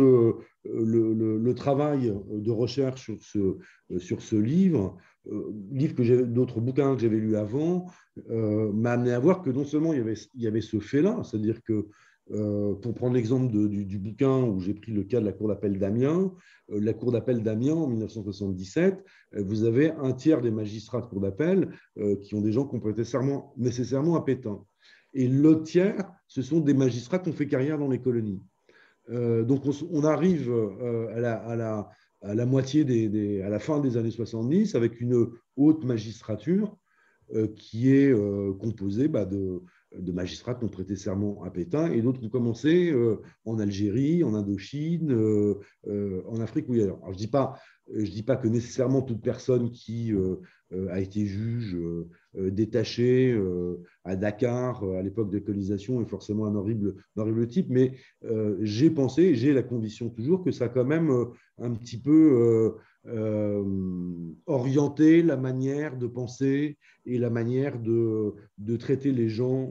le travail de recherche sur ce livre que d'autres bouquins que j'avais lus avant, m'a amené à voir que non seulement il y avait ce fait-là, c'est-à-dire que pour prendre l'exemple du bouquin où j'ai pris le cas de la Cour d'appel d'Amiens, la Cour d'appel d'Amiens en 1977, vous avez un tiers des magistrats de Cour d'appel qui ont des gens qui ont prêté serment nécessairement à Pétain. Et l'autre tiers, ce sont des magistrats qui ont fait carrière dans les colonies. Donc on arrive à la moitié à la fin des années 70 avec une haute magistrature qui est composée de magistrats qui ont prêté serment à Pétain et d'autres qui ont commencé en Algérie, en Indochine, en Afrique ou ailleurs. Alors, je dis pas que nécessairement toute personne qui a été juge détaché à Dakar à l'époque de la colonisation est forcément un horrible type, mais j'ai pensé, j'ai la conviction toujours que ça a quand même un petit peu orienté la manière de penser et la manière de traiter les gens,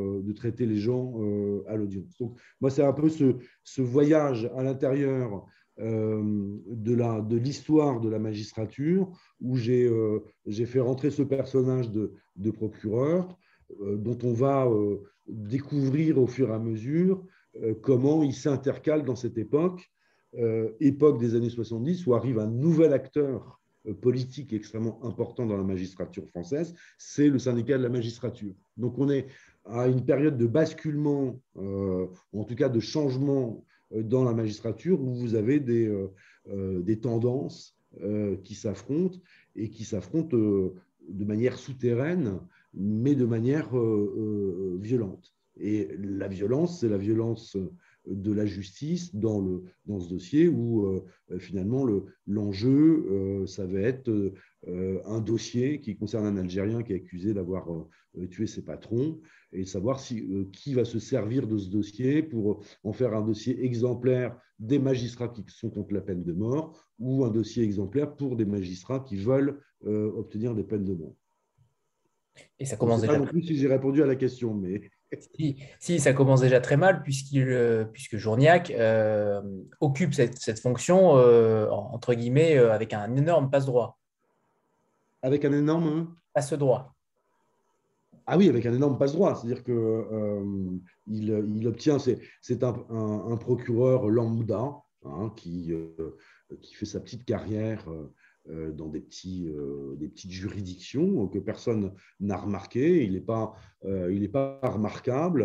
à l'audience. Donc, moi, c'est un peu ce voyage à l'intérieur de l'histoire de la magistrature où j'ai fait rentrer ce personnage de procureur dont on va découvrir au fur et à mesure comment il s'intercale dans cette époque des années 70 où arrive un nouvel acteur politique extrêmement important dans la magistrature française, c'est le syndicat de la magistrature. Donc on est à une période de basculement, ou en tout cas de changement dans la magistrature, où vous avez des tendances qui s'affrontent et qui s'affrontent de manière souterraine, mais de manière violente. Et la violence, c'est la violence de la justice dans ce dossier où finalement l'enjeu, ça va être un dossier qui concerne un Algérien qui est accusé d'avoir tué ses patrons et de savoir qui va se servir de ce dossier pour en faire un dossier exemplaire des magistrats qui sont contre la peine de mort ou un dossier exemplaire pour des magistrats qui veulent obtenir des peines de mort. Et ça Je ne commence sais pas déjà. non plus si j'ai répondu à la question, mais… Si, ça commence déjà très mal, puisque Journiac occupe cette fonction, entre guillemets, avec un énorme passe-droit. Avec un énorme… Passe-droit. Ah oui, avec un énorme passe-droit. C'est-à-dire qu'il il obtient, c'est un procureur lambda hein, qui fait sa petite carrière dans des petites juridictions que personne n'a remarqué. Il n'est pas remarquable.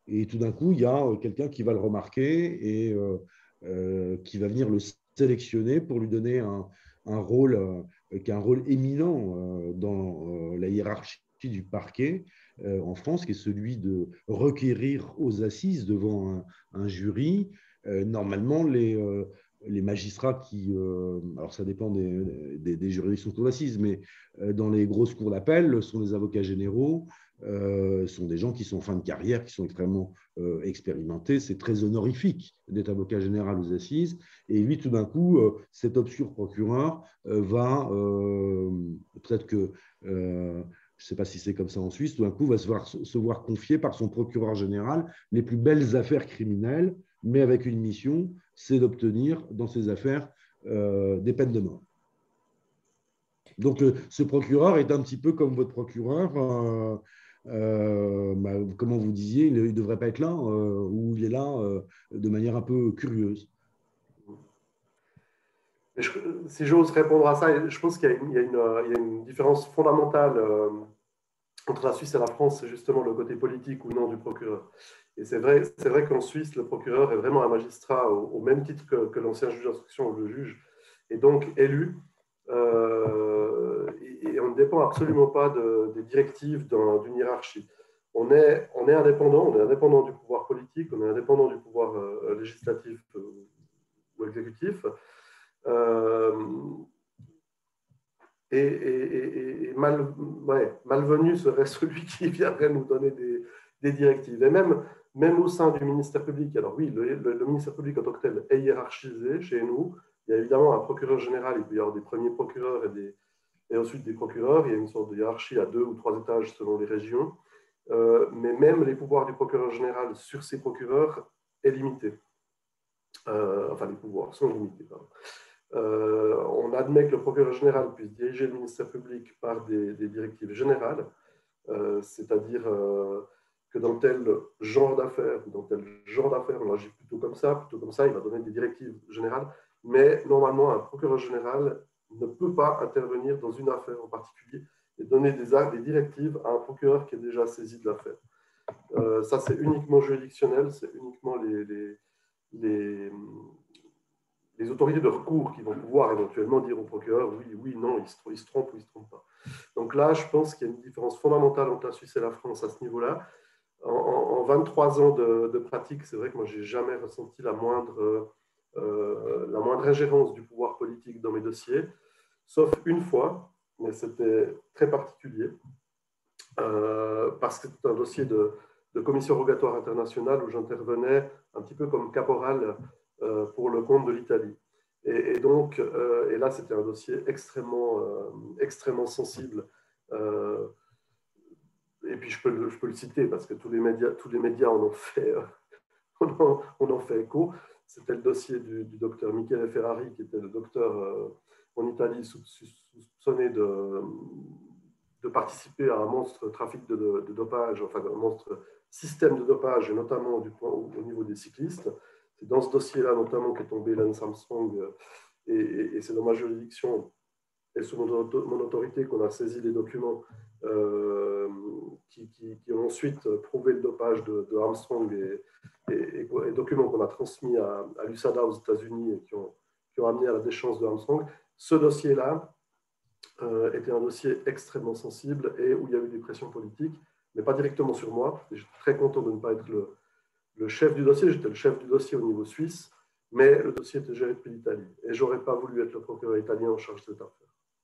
Et tout d'un coup, il y a quelqu'un qui va le remarquer et qui va venir le sélectionner pour lui donner un rôle, qui est un rôle éminent dans la hiérarchie du parquet en France, qui est celui de requérir aux assises devant un jury. Normalement, les magistrats qui, alors ça dépend des juridictions de cour d'assises, mais dans les grosses cours d'appel, sont des avocats généraux, sont des gens qui sont en fin de carrière, qui sont extrêmement expérimentés. C'est très honorifique d'être avocat général aux assises. Et lui, tout d'un coup, cet obscur procureur va, peut-être que, je ne sais pas si c'est comme ça en Suisse, tout d'un coup va se voir confier par son procureur général les plus belles affaires criminelles, mais avec une mission, c'est d'obtenir dans ces affaires des peines de mort. Donc, ce procureur est un petit peu comme votre procureur. Comment vous disiez, il ne devrait pas être là, ou il est là de manière un peu curieuse. Si j'ose répondre à ça, je pense qu'il y a une différence fondamentale entre la Suisse et la France, c'est justement le côté politique ou non du procureur. Et c'est vrai qu'en Suisse, le procureur est vraiment un magistrat au même titre que l'ancien juge d'instruction ou le juge, et donc élu. Et on ne dépend absolument pas des directives d'une hiérarchie. On est indépendant du pouvoir politique, on est indépendant du pouvoir législatif ou exécutif. Et malvenu serait celui qui viendrait nous donner des directives. Et même au sein du ministère public, alors oui, le ministère public en tant que tel est hiérarchisé chez nous. Il y a évidemment un procureur général, il peut y avoir des premiers procureurs et ensuite des procureurs. Il y a une sorte de hiérarchie à 2 ou 3 étages selon les régions. Mais même les pouvoirs du procureur général sur ces procureurs est limité. Enfin, les pouvoirs sont limités, pardon. On admet que le procureur général puisse diriger le ministère public par des directives générales, c'est-à-dire que dans tel genre d'affaires, on agit plutôt comme ça, il va donner des directives générales, mais normalement, un procureur général ne peut pas intervenir dans une affaire en particulier et donner des directives à un procureur qui est déjà saisi de l'affaire. Ça, c'est uniquement juridictionnel, c'est uniquement les autorités de recours qui vont pouvoir éventuellement dire au procureur oui, non, il se trompe ou il ne se trompe pas. Donc là, je pense qu'il y a une différence fondamentale entre la Suisse et la France à ce niveau-là. En 23 ans de pratique, c'est vrai que moi, je n'ai jamais ressenti la moindre ingérence du pouvoir politique dans mes dossiers, sauf une fois, mais c'était très particulier, parce que c'était un dossier de commission rogatoire internationale où j'intervenais un petit peu comme caporal pour le compte de l'Italie. Et donc, et là, c'était un dossier extrêmement sensible. Et puis, je peux le citer parce que tous les médias en ont fait, on en fait écho. C'était le dossier du docteur Michele Ferrari, qui était le docteur en Italie soupçonné de participer à un monstre trafic de dopage, enfin un monstre système de dopage, et notamment au niveau des cyclistes. C'est dans ce dossier-là notamment qu'est tombé Lance Armstrong, et c'est dans ma juridiction et sous mon autorité qu'on a saisi les documents qui ont ensuite prouvé le dopage de Armstrong, et documents qu'on a transmis à l'USADA aux États-Unis et qui ont amené à la déchéance de Armstrong. Ce dossier-là était un dossier extrêmement sensible et où il y a eu des pressions politiques, mais pas directement sur moi. J'étais très content de ne pas être le chef du dossier. J'étais le chef du dossier au niveau suisse, mais le dossier était géré depuis l'Italie. Et je n'aurais pas voulu être le procureur italien en charge de cette affaire.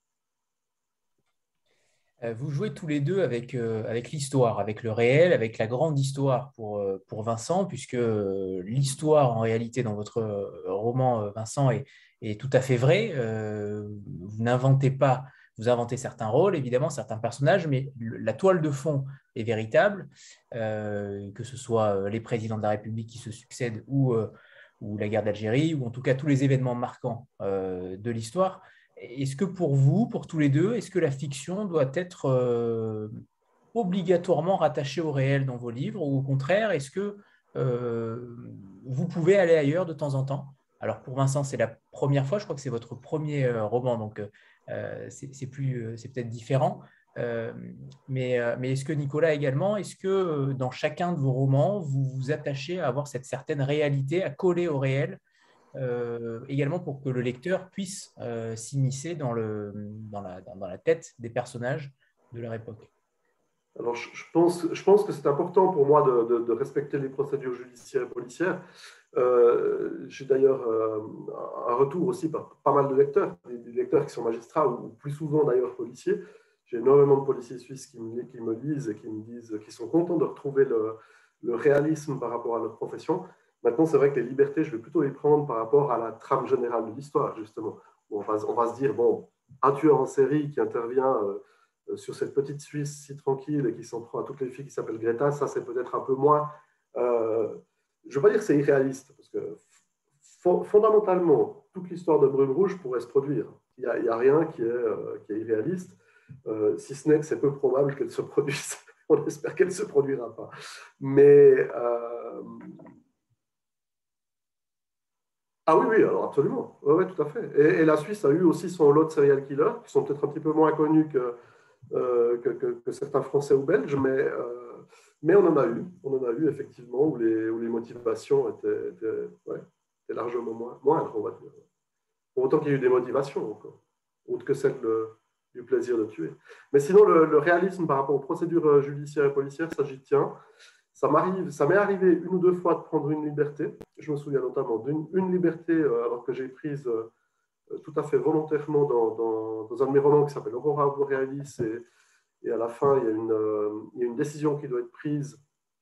Vous jouez tous les deux avec l'histoire, avec le réel, avec la grande histoire pour Vincent, puisque l'histoire, en réalité, dans votre roman, Vincent, est tout à fait vraie. Vous n'inventez pas, vous inventez certains rôles, évidemment, certains personnages, mais la toile de fond est véritable, que ce soit les présidents de la République qui se succèdent ou la guerre d'Algérie, ou en tout cas tous les événements marquants de l'histoire. Est-ce que pour vous, pour tous les deux, est-ce que la fiction doit être obligatoirement rattachée au réel dans vos livres, ou au contraire, est-ce que vous pouvez aller ailleurs de temps en temps? Alors pour Vincent, c'est la première fois, je crois que c'est votre premier roman, donc c'est peut-être différent. Mais est-ce que Nicolas également, est-ce que dans chacun de vos romans, vous vous attachez à avoir cette certaine réalité, à coller au réel, également pour que le lecteur puisse s'immiscer dans la tête des personnages de leur époque? Alors, je pense que c'est important pour moi de respecter les procédures judiciaires et policières. J'ai d'ailleurs un retour aussi par pas mal de lecteurs, des lecteurs qui sont magistrats ou plus souvent d'ailleurs policiers. J'ai énormément de policiers suisses qui me lisent et qui me disent qu'ils sont contents de retrouver le réalisme par rapport à leur profession. Maintenant, c'est vrai que les libertés, je vais plutôt les prendre par rapport à la trame générale de l'histoire, justement. Bon, on va se dire, bon, un tueur en série qui intervient sur cette petite Suisse si tranquille et qui s'en prend à toutes les filles qui s'appellent Greta, ça c'est peut-être un peu moins. Je ne veux pas dire que c'est irréaliste, parce que fondamentalement, toute l'histoire de Brume Rouge pourrait se produire. Il n'y a rien qui est irréaliste, si ce n'est que c'est peu probable qu'elle se produise. On espère qu'elle ne se produira pas. Mais ah oui, oui, alors absolument. Oui, ouais, tout à fait. Et la Suisse a eu aussi son lot de serial killers, qui sont peut-être un petit peu moins connus que certains Français ou Belges, mais on en a eu. On en a eu, effectivement, où les motivations étaient largement moindres, on va dire. Pour autant qu'il y ait eu des motivations, encore, autres que celle du plaisir de tuer. Mais sinon, le réalisme par rapport aux procédures judiciaires et policières, ça j'y tiens. Ça m'est arrivé une ou deux fois de prendre une liberté. Je me souviens notamment d'une liberté alors que j'ai prise tout à fait volontairement dans un de mes romans qui s'appelle Aurora Borealis. Et à la fin, il y a une décision qui doit être prise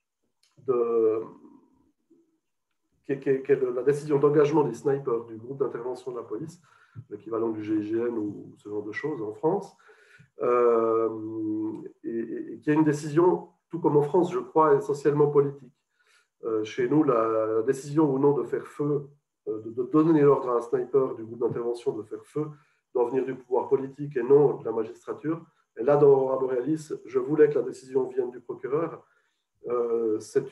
qui est la décision d'engagement des snipers du groupe d'intervention de la police, l'équivalent du GIGN ou ce genre de choses en France, et qui est une décision, tout comme en France, je crois, essentiellement politique. Chez nous, la décision ou non de faire feu, de donner l'ordre à un sniper du groupe d'intervention de faire feu, doit venir du pouvoir politique et non de la magistrature. Et là, dans Aurora Borealis, je voulais que la décision vienne du procureur. C'est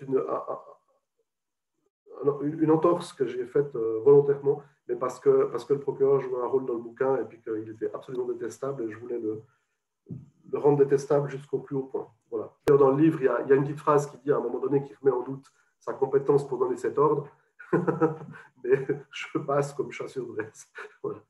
une entorse que j'ai faite volontairement, mais parce que le procureur jouait un rôle dans le bouquin et puis qu'il était absolument détestable et je voulais le rendre détestable jusqu'au plus haut point. Voilà. Dans le livre, il y a une petite phrase qui dit à un moment donné qui remet en doute sa compétence pour donner cet ordre, mais je passe comme chat sur braise. Voilà.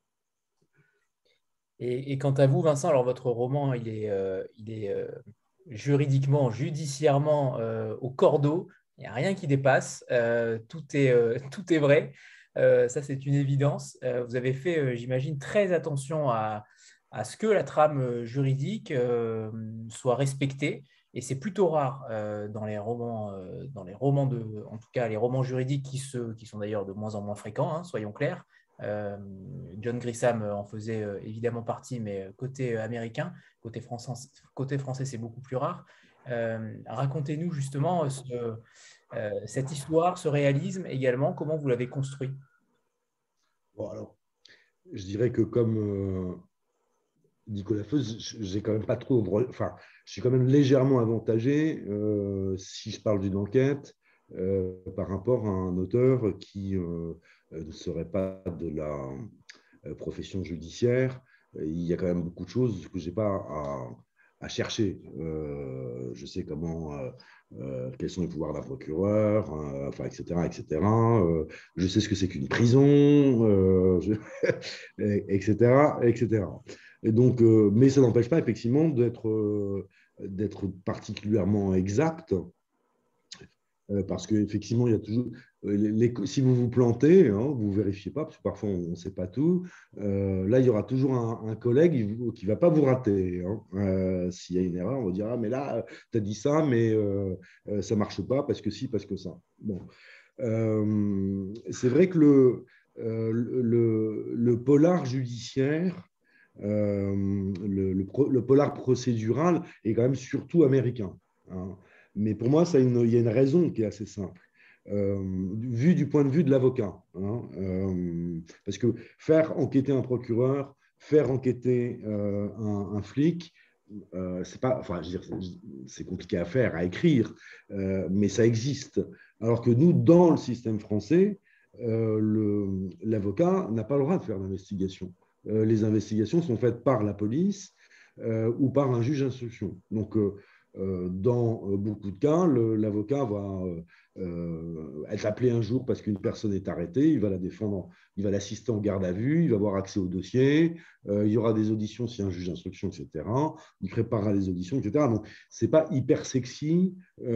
Et quant à vous, Vincent, alors votre roman, il est juridiquement, judiciairement au cordeau. Il n'y a rien qui dépasse. Tout est vrai. Ça, c'est une évidence. Vous avez fait, j'imagine, très attention à ce que la trame juridique soit respectée. Et c'est plutôt rare dans les romans en tout cas les romans juridiques qui sont d'ailleurs de moins en moins fréquents, hein, soyons clairs. John Grisham en faisait évidemment partie, mais côté américain, côté français, c'est beaucoup plus rare. Racontez-nous justement cette histoire, ce réalisme également, comment vous l'avez construit. Bon, alors, je dirais que comme Nicolas Feuz, j'ai quand même pas trop. Enfin, je suis quand même légèrement avantagé si je parle d'une enquête par rapport à un auteur qui ne serait pas de la profession judiciaire. Il y a quand même beaucoup de choses que je n'ai pas à chercher. Je sais quels sont les pouvoirs d'un procureur, enfin, etc. etc. Je sais ce que c'est qu'une prison, etc., etc. Et donc, mais ça n'empêche pas effectivement d'être particulièrement exact. Parce qu'effectivement, il y a toujours. Si vous vous plantez, hein, vous ne vérifiez pas, parce que parfois on ne sait pas tout. Là, il y aura toujours un collègue qui ne va pas vous rater. Hein. S'il y a une erreur, on va dire ah, mais là, tu as dit ça, mais ça ne marche pas parce que si, parce que ça. Bon. C'est vrai que le polar judiciaire, le polar procédural est quand même surtout américain. Hein. Mais pour moi, il y a une raison qui est assez simple. Vu du point de vue de l'avocat. Hein, parce que faire enquêter un procureur, faire enquêter un flic, c'est pas, enfin, je veux dire, c'est compliqué à faire, à écrire, mais ça existe. Alors que nous, dans le système français, l'avocat n'a pas le droit de faire d'investigation. Les investigations sont faites par la police. ou par un juge d'instruction. Donc, dans beaucoup de cas, l'avocat va être appelé un jour parce qu'une personne est arrêtée, il va la défendre, il va l'assister en garde à vue, il va avoir accès au dossier, il y aura des auditions s'il y a un juge d'instruction, etc. Il préparera les auditions, etc. Donc, ce n'est pas hyper sexy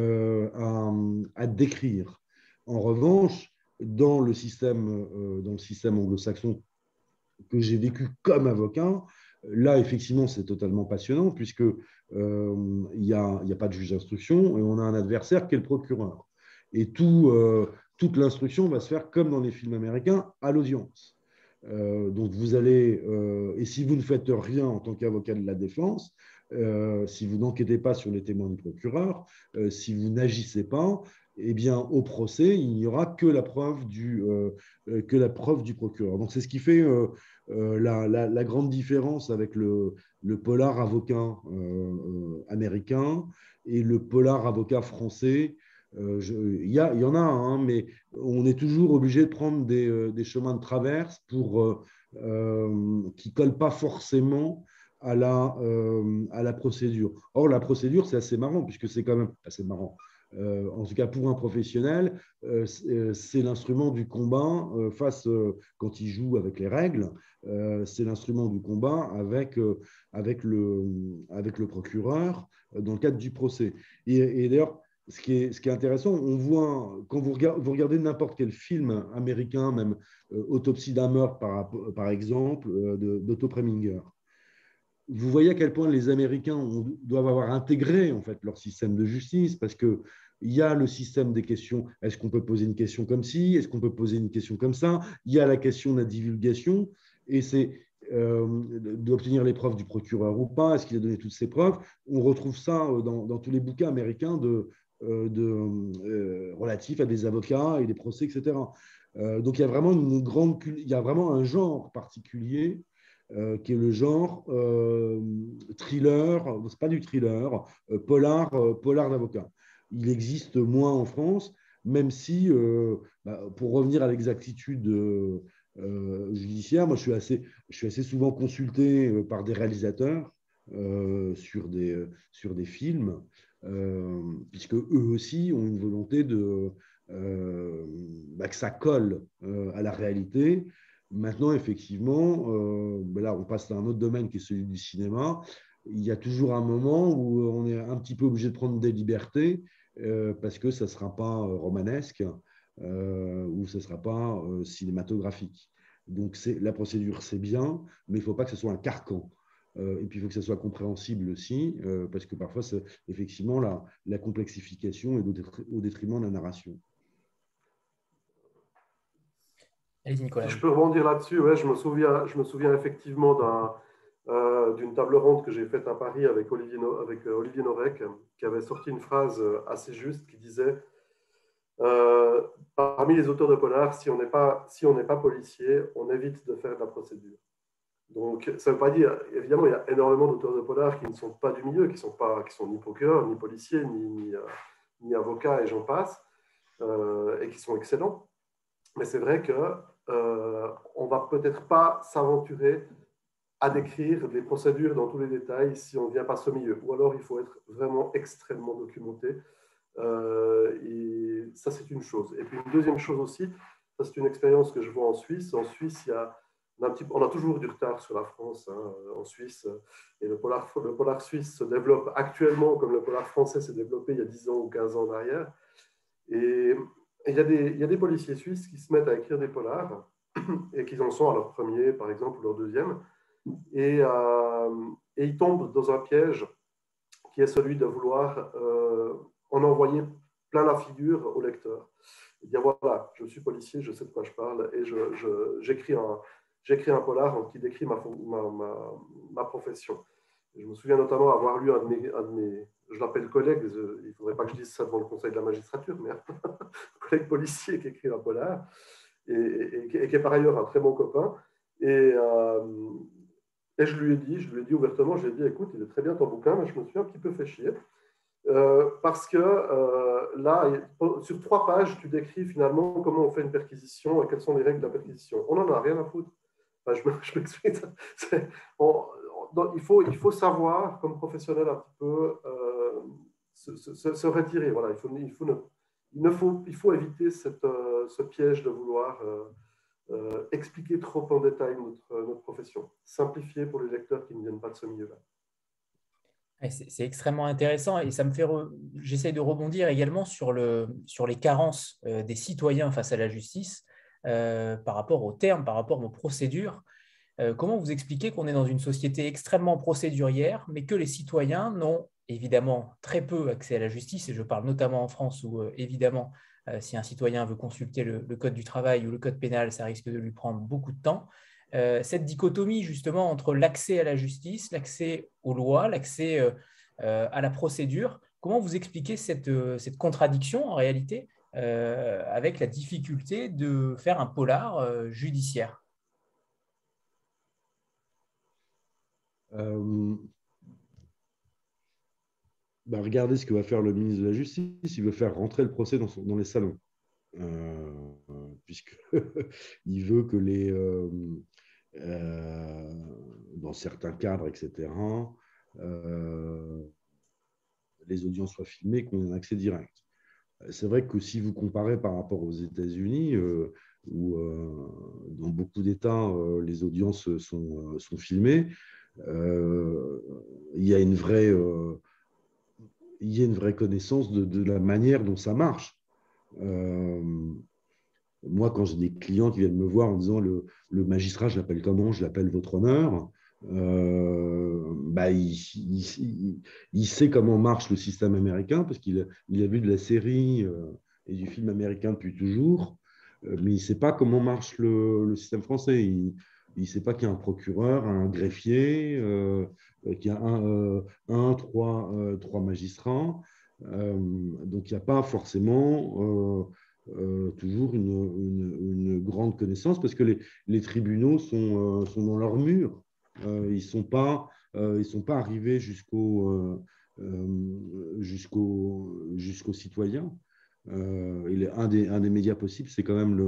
à décrire. En revanche, dans le système anglo-saxon que j'ai vécu comme avocat, là, effectivement, c'est totalement passionnant puisque il n'y a pas de juge d'instruction et on a un adversaire qui est le procureur. Et toute l'instruction va se faire comme dans les films américains, à l'audience. Donc, vous allez, et si vous ne faites rien en tant qu'avocat de la défense, si vous n'enquêtez pas sur les témoins du procureur, si vous n'agissez pas, eh bien, au procès, il n'y aura que la preuve du procureur. Donc, c'est ce qui fait la grande différence avec le polar avocat américain et le polar avocat français. Il y en a, hein, mais on est toujours obligé de prendre des chemins de traverse qui ne collent pas forcément à la procédure. Or, la procédure, c'est assez marrant, puisque c'est quand même assez marrant. En tout cas, pour un professionnel, c'est l'instrument du combat quand il joue avec les règles, c'est l'instrument du combat avec le procureur dans le cadre du procès. Et d'ailleurs, ce qui est intéressant, on voit, quand vous regardez n'importe quel film américain, même Autopsie d'un meurtre, par exemple, d'Otto Preminger, vous voyez à quel point les Américains doivent avoir intégré en fait, leur système de justice, parce qu'il y a le système des questions, est-ce qu'on peut poser une question comme ci, est-ce qu'on peut poser une question comme ça, il y a la question de la divulgation, et c'est d'obtenir les preuves du procureur ou pas, est-ce qu'il a donné toutes ces preuves. On retrouve ça dans tous les bouquins américains relatifs à des avocats et des procès, etc. Donc il y a vraiment il y a vraiment un genre particulier qui est le genre thriller, c'est pas du thriller, polar d'avocat. Il existe moins en France, même si, pour revenir à l'exactitude judiciaire, moi je suis assez souvent consulté par des réalisateurs sur des films, puisque eux aussi ont une volonté que ça colle à la réalité. Maintenant, effectivement, là, on passe à un autre domaine qui est celui du cinéma. Il y a toujours un moment où on est un petit peu obligé de prendre des libertés parce que ça ne sera pas romanesque ou ça ne sera pas cinématographique. Donc, la procédure, c'est bien, mais il ne faut pas que ce soit un carcan. Et puis, il faut que ça soit compréhensible aussi, parce que parfois, effectivement, la complexification est au détriment de la narration. Allez-y, Nicolas. Si je peux rebondir là-dessus, ouais, je me souviens effectivement d'une table ronde que j'ai faite à Paris avec Olivier Norek, qui avait sorti une phrase assez juste qui disait parmi les auteurs de polar, si on n'est pas policier, on évite de faire de la procédure. Donc, ça ne veut pas dire, évidemment, il y a énormément d'auteurs de polar qui ne sont pas du milieu, qui sont ni procureurs, ni policiers, ni avocats, et j'en passe, et qui sont excellents. Mais c'est vrai qu'on ne va peut-être pas s'aventurer à décrire les procédures dans tous les détails si on ne vient pas de ce milieu. Ou alors, il faut être vraiment extrêmement documenté. Et ça, c'est une chose. Et puis, une deuxième chose aussi, ça, c'est une expérience que je vois en Suisse. En Suisse, on a toujours du retard sur la France, hein, en Suisse. Et le polar suisse se développe actuellement comme le polar français s'est développé il y a 10 ans ou 15 ans en arrière. Et il y a des policiers suisses qui se mettent à écrire des polars et qui en sont à leur premier, par exemple, ou leur deuxième. Et ils tombent dans un piège qui est celui de vouloir en envoyer plein la figure au lecteur. Et dire voilà, je suis policier, je sais de quoi je parle, et j'écris un polar qui décrit ma profession. Et je me souviens notamment avoir lu un de mes je l'appelle collègue, il ne faudrait pas que je dise ça devant le conseil de la magistrature, mais un collègue policier qui écrit un polar et qui est par ailleurs un très bon copain. Et je lui ai dit ouvertement, je lui ai dit, écoute, il est très bien ton bouquin, mais je me suis un petit peu fait chier. Parce que là, sur 3 pages, tu décris finalement comment on fait une perquisition et quelles sont les règles de la perquisition. On n'en a rien à foutre. Enfin, je m'explique. il faut savoir, comme professionnel, un petit peu se retirer. Voilà, il faut éviter ce piège de vouloir expliquer trop en détail notre profession. Simplifier pour les lecteurs qui ne viennent pas de ce milieu-là. C'est extrêmement intéressant et ça me fait j'essaie de rebondir également sur les carences des citoyens face à la justice par rapport aux termes, par rapport aux procédures. Comment vous expliquez qu'on est dans une société extrêmement procédurière, mais que les citoyens n'ont évidemment très peu accès à la justice, et je parle notamment en France où évidemment, si un citoyen veut consulter le code du travail ou le code pénal, ça risque de lui prendre beaucoup de temps. Cette dichotomie justement entre l'accès à la justice, l'accès aux lois, l'accès à la procédure, comment vous expliquez cette contradiction en réalité avec la difficulté de faire un polar judiciaire? Regardez ce que va faire le ministre de la Justice. Il veut faire rentrer le procès dans les salons. Puisqu'il veut que dans certains cadres, etc., les audiences soient filmées, qu'on ait un accès direct. C'est vrai que si vous comparez par rapport aux États-Unis, où dans beaucoup d'États, les audiences sont filmées, il y a une vraie connaissance de la manière dont ça marche. Moi, quand j'ai des clients qui viennent me voir en disant le magistrat, je l'appelle comment? Je l'appelle votre honneur. Il sait comment marche le système américain parce qu'il a vu de la série et du film américain depuis toujours, mais il ne sait pas comment marche le système français. Il ne sait pas qu'il y a un procureur, un greffier, qu'il y a trois magistrats. Donc, il n'y a pas forcément toujours une grande connaissance parce que les tribunaux sont dans leur mur. Ils ne sont pas arrivés jusqu'aux citoyens. Un des médias possibles, c'est quand même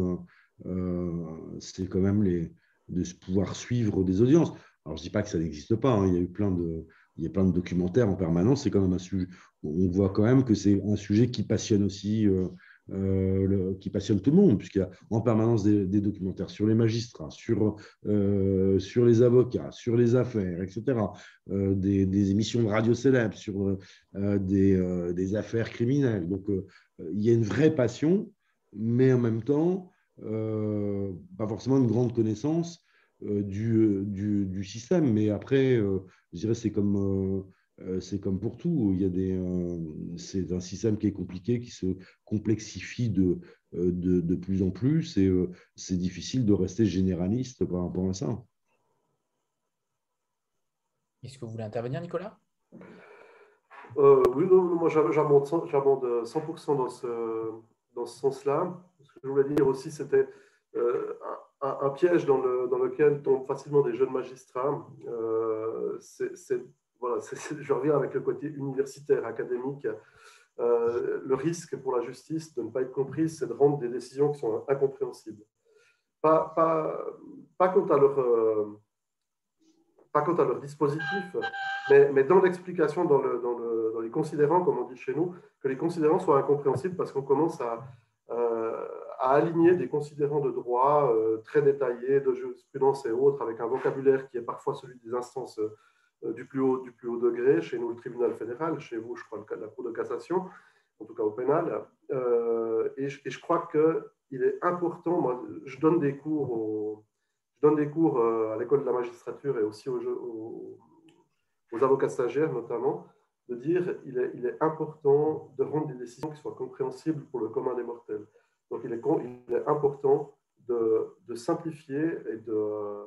de pouvoir suivre des audiences. Alors, je ne dis pas que ça n'existe pas, hein. Il y a plein de documentaires en permanence. C'est quand même un sujet. On voit quand même que c'est un sujet qui passionne aussi. Qui passionne tout le monde, puisqu'il y a en permanence des documentaires sur les magistrats, sur les avocats, sur les affaires, etc. Des émissions de radio célèbres sur des affaires criminelles. Donc, il y a une vraie passion, mais en même temps, pas forcément une grande connaissance du système. Mais après, je dirais c'est comme pour tout. C'est un système qui est compliqué, qui se complexifie de plus en plus et c'est difficile de rester généraliste par rapport à ça. Est-ce que vous voulez intervenir, Nicolas? Oui, non, moi j'abonde 100% dans ce sens-là. Ce que je voulais dire aussi, c'était un piège dans lequel tombent facilement des jeunes magistrats. Je reviens avec le côté universitaire, académique. Le risque pour la justice de ne pas être comprise, c'est de rendre des décisions qui sont incompréhensibles. Pas quant à leur dispositif, mais dans l'explication, dans les considérants, comme on dit chez nous, que les considérants soient incompréhensibles parce qu'on commence à aligner des considérants de droit très détaillés, de jurisprudence et autres, avec un vocabulaire qui est parfois celui des instances du plus haut degré, chez nous le tribunal fédéral, chez vous je crois la Cour de cassation, en tout cas au pénal. Et je crois qu'il est important, moi je donne des cours à l'école de la magistrature et aussi aux avocats stagiaires notamment, de dire il est important de rendre des décisions qui soient compréhensibles pour le commun des mortels. Donc il est important de simplifier et de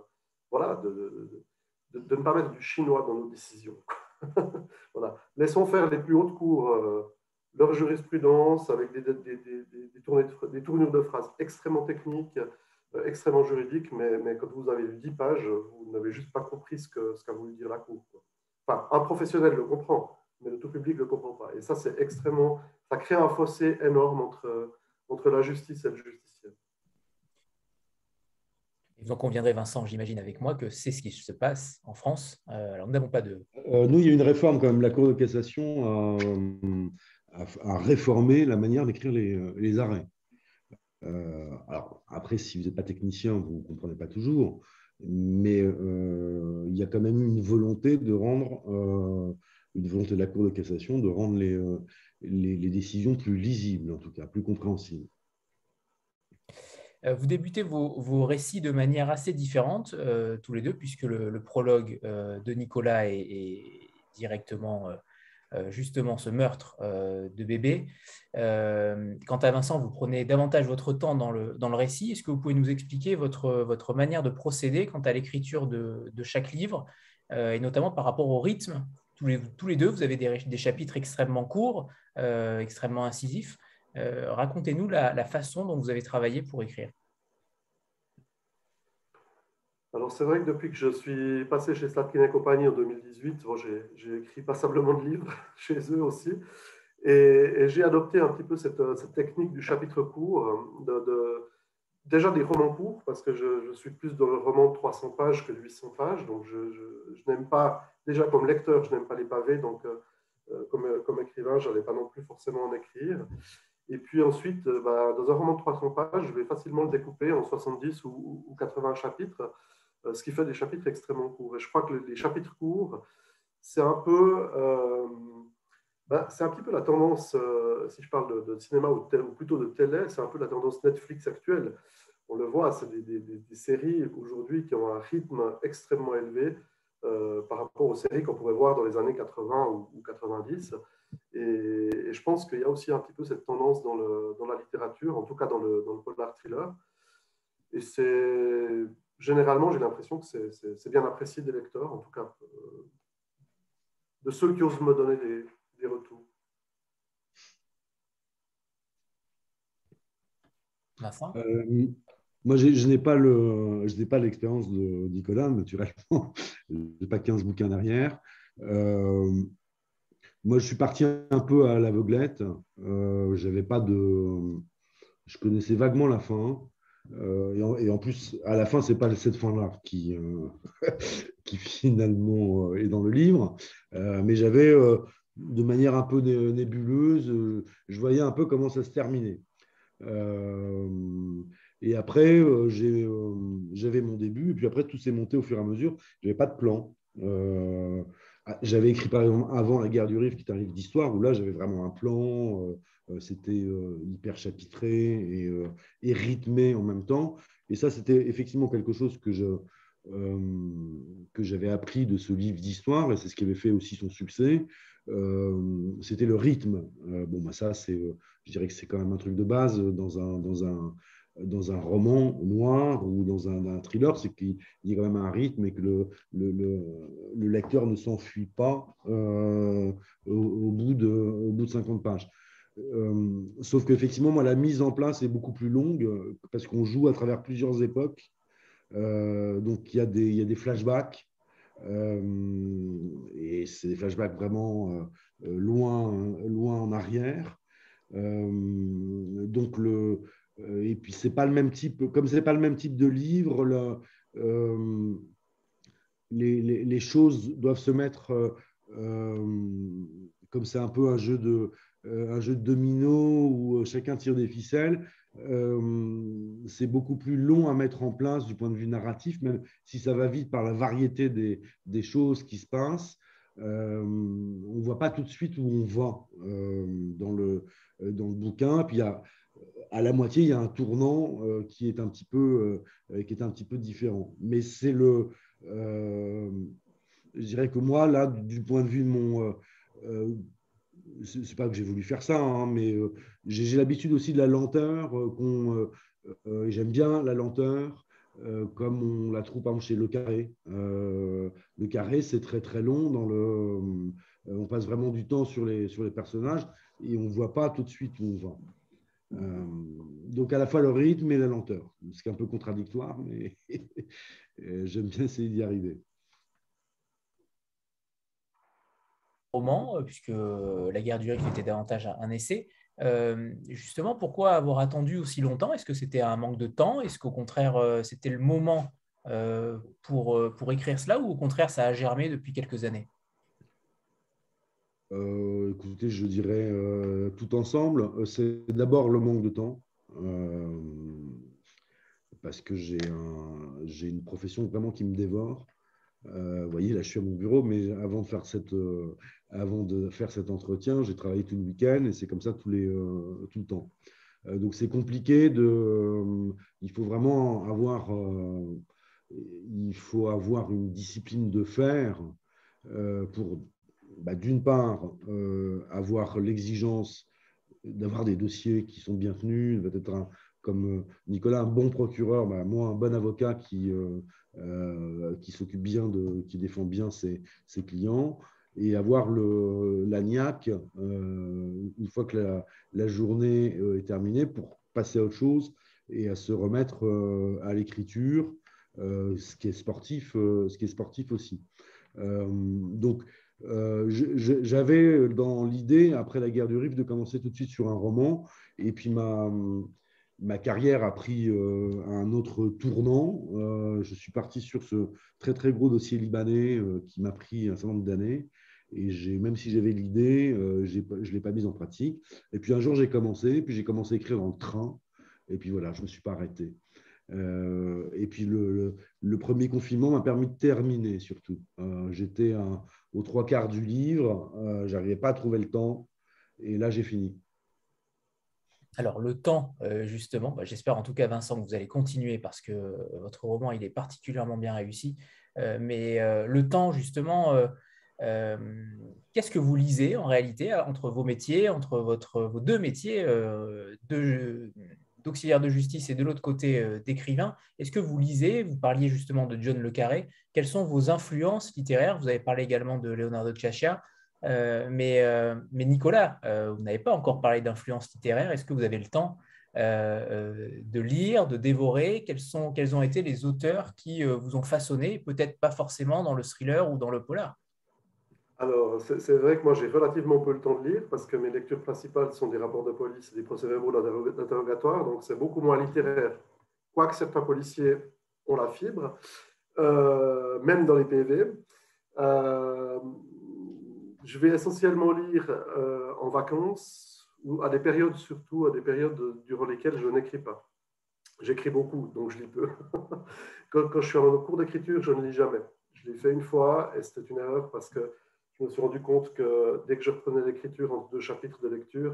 ne pas mettre du chinois dans nos décisions. Voilà. Laissons faire les plus hautes cours leur jurisprudence avec des tournures de phrases extrêmement techniques, extrêmement juridiques, mais quand vous avez lu 10 pages, vous n'avez juste pas compris ce qu'a voulu dire la Cour. Enfin, un professionnel le comprend, mais le tout public ne le comprend pas. Et ça, ça crée un fossé énorme entre la justice et le justiciable. Vous en conviendrez, Vincent, j'imagine avec moi, que c'est ce qui se passe en France. Alors, nous n'avons pas de… Nous, il y a une réforme quand même. La Cour de cassation a réformé la manière d'écrire les arrêts. Alors, après, si vous n'êtes pas technicien, vous ne comprenez pas toujours, mais il y a quand même une volonté une volonté de la Cour de cassation de rendre les décisions plus lisibles, en tout cas, plus compréhensibles. Vous débutez vos récits de manière assez différente, tous les deux, puisque le prologue de Nicolas est directement justement ce meurtre de bébé. Quant à Vincent, vous prenez davantage votre temps dans le récit. Est-ce que vous pouvez nous expliquer votre manière de procéder quant à l'écriture de chaque livre, et notamment par rapport au rythme? Tous les deux, vous avez des chapitres extrêmement courts, extrêmement incisifs. Racontez-nous la façon dont vous avez travaillé pour écrire. Alors, c'est vrai que depuis que je suis passé chez Slatkin et compagnie en 2018, bon, j'ai écrit passablement de livres chez eux aussi. Et j'ai adopté un petit peu cette technique du chapitre court, déjà des romans courts, parce que je suis plus dans le roman de 300 pages que de 800 pages. Donc, je n'aime pas, déjà comme lecteur, je n'aime pas les pavés. Donc, comme écrivain, je n'allais pas non plus forcément en écrire. Et puis ensuite, dans un roman de 300 pages, je vais facilement le découper en 70 ou 80 chapitres, ce qui fait des chapitres extrêmement courts. Et je crois que les chapitres courts, c'est un peu, c'est un petit peu la tendance, si je parle de cinéma ou plutôt de télé, c'est un peu la tendance Netflix actuelle. On le voit, c'est des séries aujourd'hui qui ont un rythme extrêmement élevé par rapport aux séries qu'on pourrait voir dans les années 80 ou 90. Et je pense qu'il y a aussi un petit peu cette tendance dans la littérature, en tout cas dans le polar thriller. Et généralement, j'ai l'impression que c'est bien apprécié des lecteurs, en tout cas de ceux qui osent me donner des retours. Vincent? Moi, je n'ai pas l'expérience de Nicolas, naturellement. Je n'ai pas 15 bouquins derrière. Moi, je suis parti un peu à l'aveuglette. J'avais pas de... Je connaissais vaguement la fin. Et en plus, à la fin, c'est pas cette fin-là qui finalement est dans le livre. Mais j'avais, de manière un peu nébuleuse, je voyais un peu comment ça se terminait. Et après, j'avais mon début, et puis après, tout s'est monté au fur et à mesure. Je n'avais pas de plan. J'avais écrit, par exemple, avant La guerre du Rif, qui est un livre d'histoire, où là, j'avais vraiment un plan. C'était hyper chapitré et rythmé en même temps. Et ça, c'était effectivement quelque chose que j'avais appris de ce livre d'histoire, et c'est ce qui avait fait aussi son succès. C'était le rythme. Ça, je dirais que c'est quand même un truc de base dans un roman noir ou dans un thriller, c'est qu'il y a quand même un rythme et que le lecteur ne s'enfuit pas au bout de 50 pages. Sauf qu'effectivement, moi, la mise en place est beaucoup plus longue parce qu'on joue à travers plusieurs époques. Donc, il y a des flashbacks. Et c'est des flashbacks vraiment loin en arrière. Et puis c'est pas le même type, comme c'est pas le même type de livre, les choses doivent se mettre comme c'est un peu un jeu de domino où chacun tire des ficelles. C'est beaucoup plus long à mettre en place du point de vue narratif, même si ça va vite par la variété des choses qui se passent. On ne voit pas tout de suite où on va dans le bouquin. Puis à la moitié, il y a un tournant qui est un petit peu différent. Mais je dirais que moi, là, du point de vue de mon... c'est pas que j'ai voulu faire ça, hein, mais j'ai l'habitude aussi de la lenteur. J'aime bien la lenteur, comme on la trouve par exemple chez Le Carré. Le Carré, c'est très très long. On passe vraiment du temps sur les personnages et on ne voit pas tout de suite où on va. Donc à la fois le rythme et la lenteur, ce qui est un peu contradictoire, mais j'aime bien essayer d'y arriver. Roman, puisque La guerre du Rif était davantage un essai. Justement, pourquoi avoir attendu aussi longtemps? Est-ce que c'était un manque de temps? Est-ce qu'au contraire, c'était le moment pour écrire cela ou au contraire, ça a germé depuis quelques années? Écoutez, je dirais tout ensemble. C'est d'abord le manque de temps, parce que j'ai une profession vraiment qui me dévore. Vous voyez, là, je suis à mon bureau, mais avant de faire cet entretien, j'ai travaillé tout le week-end et c'est comme ça tout le temps. Donc, c'est compliqué il faut vraiment il faut avoir une discipline de fer pour, d'une part, avoir l'exigence d'avoir des dossiers qui sont bien tenus, peut-être comme Nicolas, un bon procureur, moi, un bon avocat qui s'occupe bien qui défend bien ses clients, et avoir la niaque, une fois que la journée est terminée, pour passer à autre chose et à se remettre à l'écriture, ce qui est sportif aussi. Donc, j'avais dans l'idée, après la guerre du Rif, de commencer tout de suite sur un roman. Et puis, ma carrière a pris un autre tournant. Je suis parti sur ce très, très gros dossier libanais qui m'a pris un certain nombre d'années. Et même si j'avais l'idée, je ne l'ai pas mise en pratique. Et puis, un jour, puis j'ai commencé à écrire dans le train. Et puis, voilà, je ne me suis pas arrêté. Et puis le premier confinement m'a permis de terminer surtout. J'étais aux trois quarts du livre, je n'arrivais pas à trouver le temps, et là j'ai fini. Alors, le temps, justement, j'espère en tout cas, Vincent, que vous allez continuer parce que votre roman, il est particulièrement bien réussi. Mais le temps, justement, euh, qu'est-ce que vous lisez en réalité entre vos métiers, entre vos deux métiers d'auxiliaire de justice et de l'autre côté d'écrivain? Est-ce que vous lisez? Vous parliez justement de John le Carré. Quelles sont vos influences littéraires? Vous avez parlé également de Leonardo Sciascia. Mais Nicolas, vous n'avez pas encore parlé d'influence littéraire. Est-ce que vous avez le temps de lire, de dévorer? Quels ont été les auteurs qui vous ont façonné, peut-être pas forcément dans le thriller ou dans le polar? Alors, c'est vrai que moi, j'ai relativement peu le temps de lire parce que mes lectures principales sont des rapports de police et des procès-verbaux d'interrogatoire, donc c'est beaucoup moins littéraire. Quoique certains policiers ont la fibre, même dans les PV. Euh, je vais essentiellement lire en vacances ou à des périodes, surtout à des périodes durant lesquelles je n'écris pas. J'écris beaucoup, donc je lis peu. Quand je suis en cours d'écriture, je ne lis jamais. Je l'ai fait une fois et c'était une erreur parce que je me suis rendu compte que dès que je reprenais l'écriture entre deux chapitres de lecture,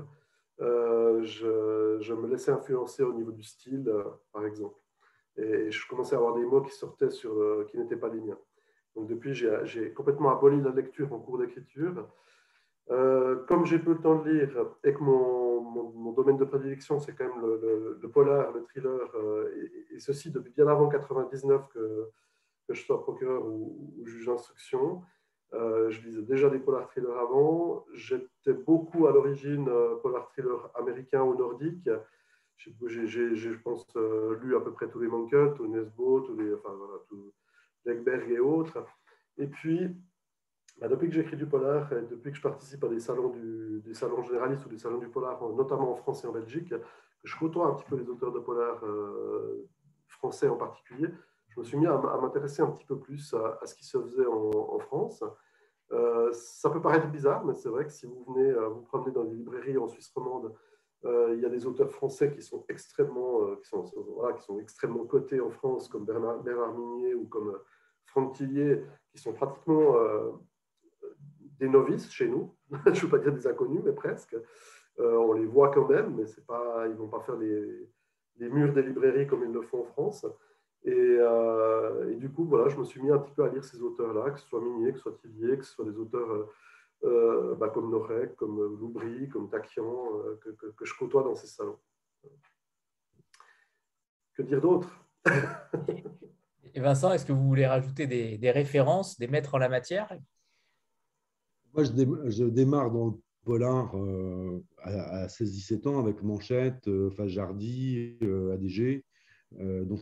je me laissais influencer au niveau du style, par exemple. Et je commençais à avoir des mots qui sortaient qui n'étaient pas les miens. Donc depuis, j'ai complètement aboli la lecture en cours d'écriture. Comme j'ai peu le temps de lire et que mon domaine de prédilection, c'est quand même le polar, le thriller, et ceci depuis bien avant 99 que je sois procureur ou juge d'instruction. Je lisais déjà des polar thrillers avant. J'étais beaucoup à l'origine polar thriller américain ou nordique. Je pense, lu à peu près tous les Mankut, tous les Nesbo, enfin, voilà, tous Legberg et autres. Et puis, depuis que j'écris du polar, et depuis que je participe à des des salons généralistes ou des salons du polar, notamment en France et en Belgique, que je côtoie un petit peu les auteurs de polar français en particulier, je me suis mis à m'intéresser un petit peu plus à ce qui se faisait en France. Ça peut paraître bizarre, mais c'est vrai que si vous venez vous promener dans les librairies en Suisse romande, il y a des auteurs français qui sont voilà, qui sont extrêmement cotés en France, comme Bernard Minier ou comme Franck Tillier, qui sont pratiquement des novices chez nous. Je ne veux pas dire des inconnus, mais presque. On les voit quand même, mais ils ne vont pas faire les murs des librairies comme ils le font en France. Et du coup, voilà, je me suis mis un petit peu à lire ces auteurs-là, que ce soit Minier, que ce soit Tillier, que ce soit des auteurs comme Norek, comme Loubry, comme Takian, que je côtoie dans ces salons. Que dire d'autre? Et Vincent, est-ce que vous voulez rajouter des références, des maîtres en la matière? Moi, je démarre dans le polar à 16-17 ans avec Manchette, Fajardi, ADG. Donc,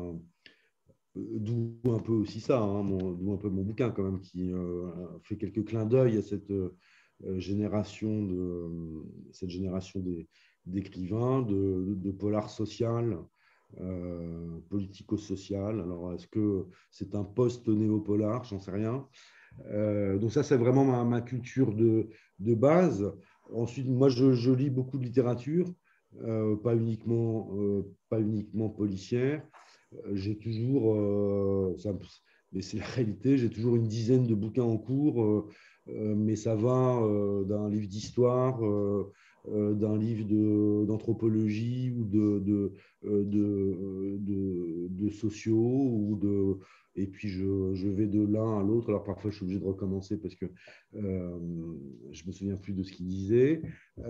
d'où un peu aussi ça, hein, d'où un peu mon bouquin quand même, qui fait quelques clins d'œil à cette génération cette génération d'écrivains, de polar social, politico-social. Alors, est-ce que c'est un post-néopolar? J'en sais rien. Donc ça, c'est vraiment ma culture de base. Ensuite, moi, je lis beaucoup de littérature, pas uniquement policière. J'ai toujours, mais c'est la réalité, j'ai toujours une dizaine de bouquins en cours, mais ça va d'un livre d'histoire, d'un livre d'anthropologie ou de sociaux et puis je vais de l'un à l'autre. Alors parfois je suis obligé de recommencer parce que je me souviens plus de ce qu'il disait.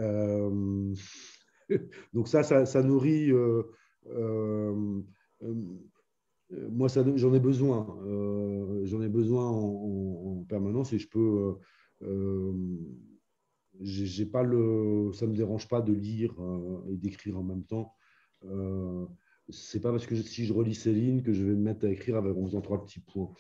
Donc ça nourrit. Euh, Moi, j'en ai besoin. J'en ai besoin en permanence et je peux. J'ai pas ça me dérange pas de lire et d'écrire en même temps. C'est pas parce que si je relis Céline que je vais me mettre à écrire en faisant 3 petits points.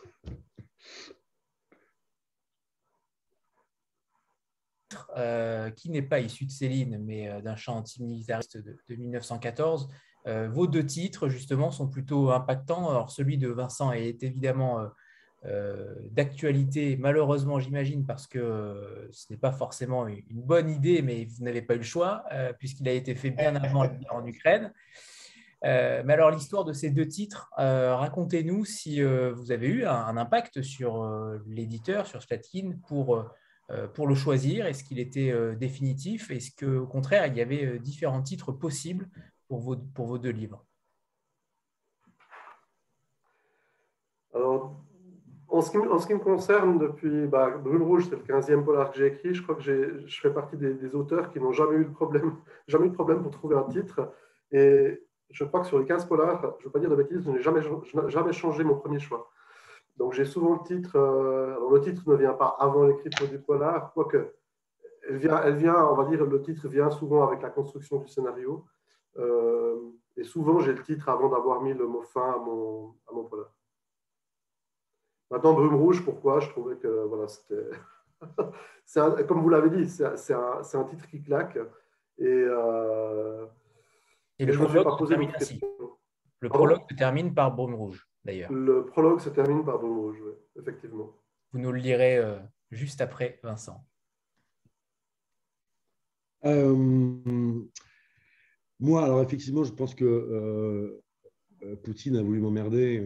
Qui n'est pas issu de Céline, mais d'un chant antimilitariste de 1914. Vos 2 titres, justement, sont plutôt impactants. Alors, celui de Vincent est évidemment d'actualité, malheureusement, j'imagine, parce que ce n'est pas forcément une bonne idée, mais vous n'avez pas eu le choix, puisqu'il a été fait bien avant la guerre en Ukraine. Mais alors, l'histoire de ces 2 titres, racontez-nous si vous avez eu un impact sur l'éditeur, sur Slatkin, pour le choisir. Est-ce qu'il était définitif? Est-ce qu'au contraire, il y avait différents titres possibles pour vos 2 livres? Alors, en ce qui me concerne, depuis Brume Rouge, c'est le 15e polar que j'ai écrit. Je crois que je fais partie des auteurs qui n'ont jamais eu de problème pour trouver un titre. Et je crois que sur les 15 polars, je ne veux pas dire de bêtises, je n'ai jamais changé mon premier choix. Donc j'ai souvent le titre. Alors le titre ne vient pas avant l'écriture du polar, quoique elle vient, on va dire, le titre vient souvent avec la construction du scénario. Et souvent j'ai le titre avant d'avoir mis le mot fin à mon polar. Maintenant, Brume Rouge, pourquoi? Je trouvais que voilà, c'était. Comme vous l'avez dit, c'est un titre qui claque. Et Et le je ne me suis prologue pas se posé termine d'autres ainsi. questions. Le prologue Pardon? se termine par Brume Rouge, d'ailleurs. Le prologue se termine par Brume Rouge, oui, effectivement. Vous nous le lirez juste après, Vincent. Moi, alors effectivement, je pense que Poutine a voulu m'emmerder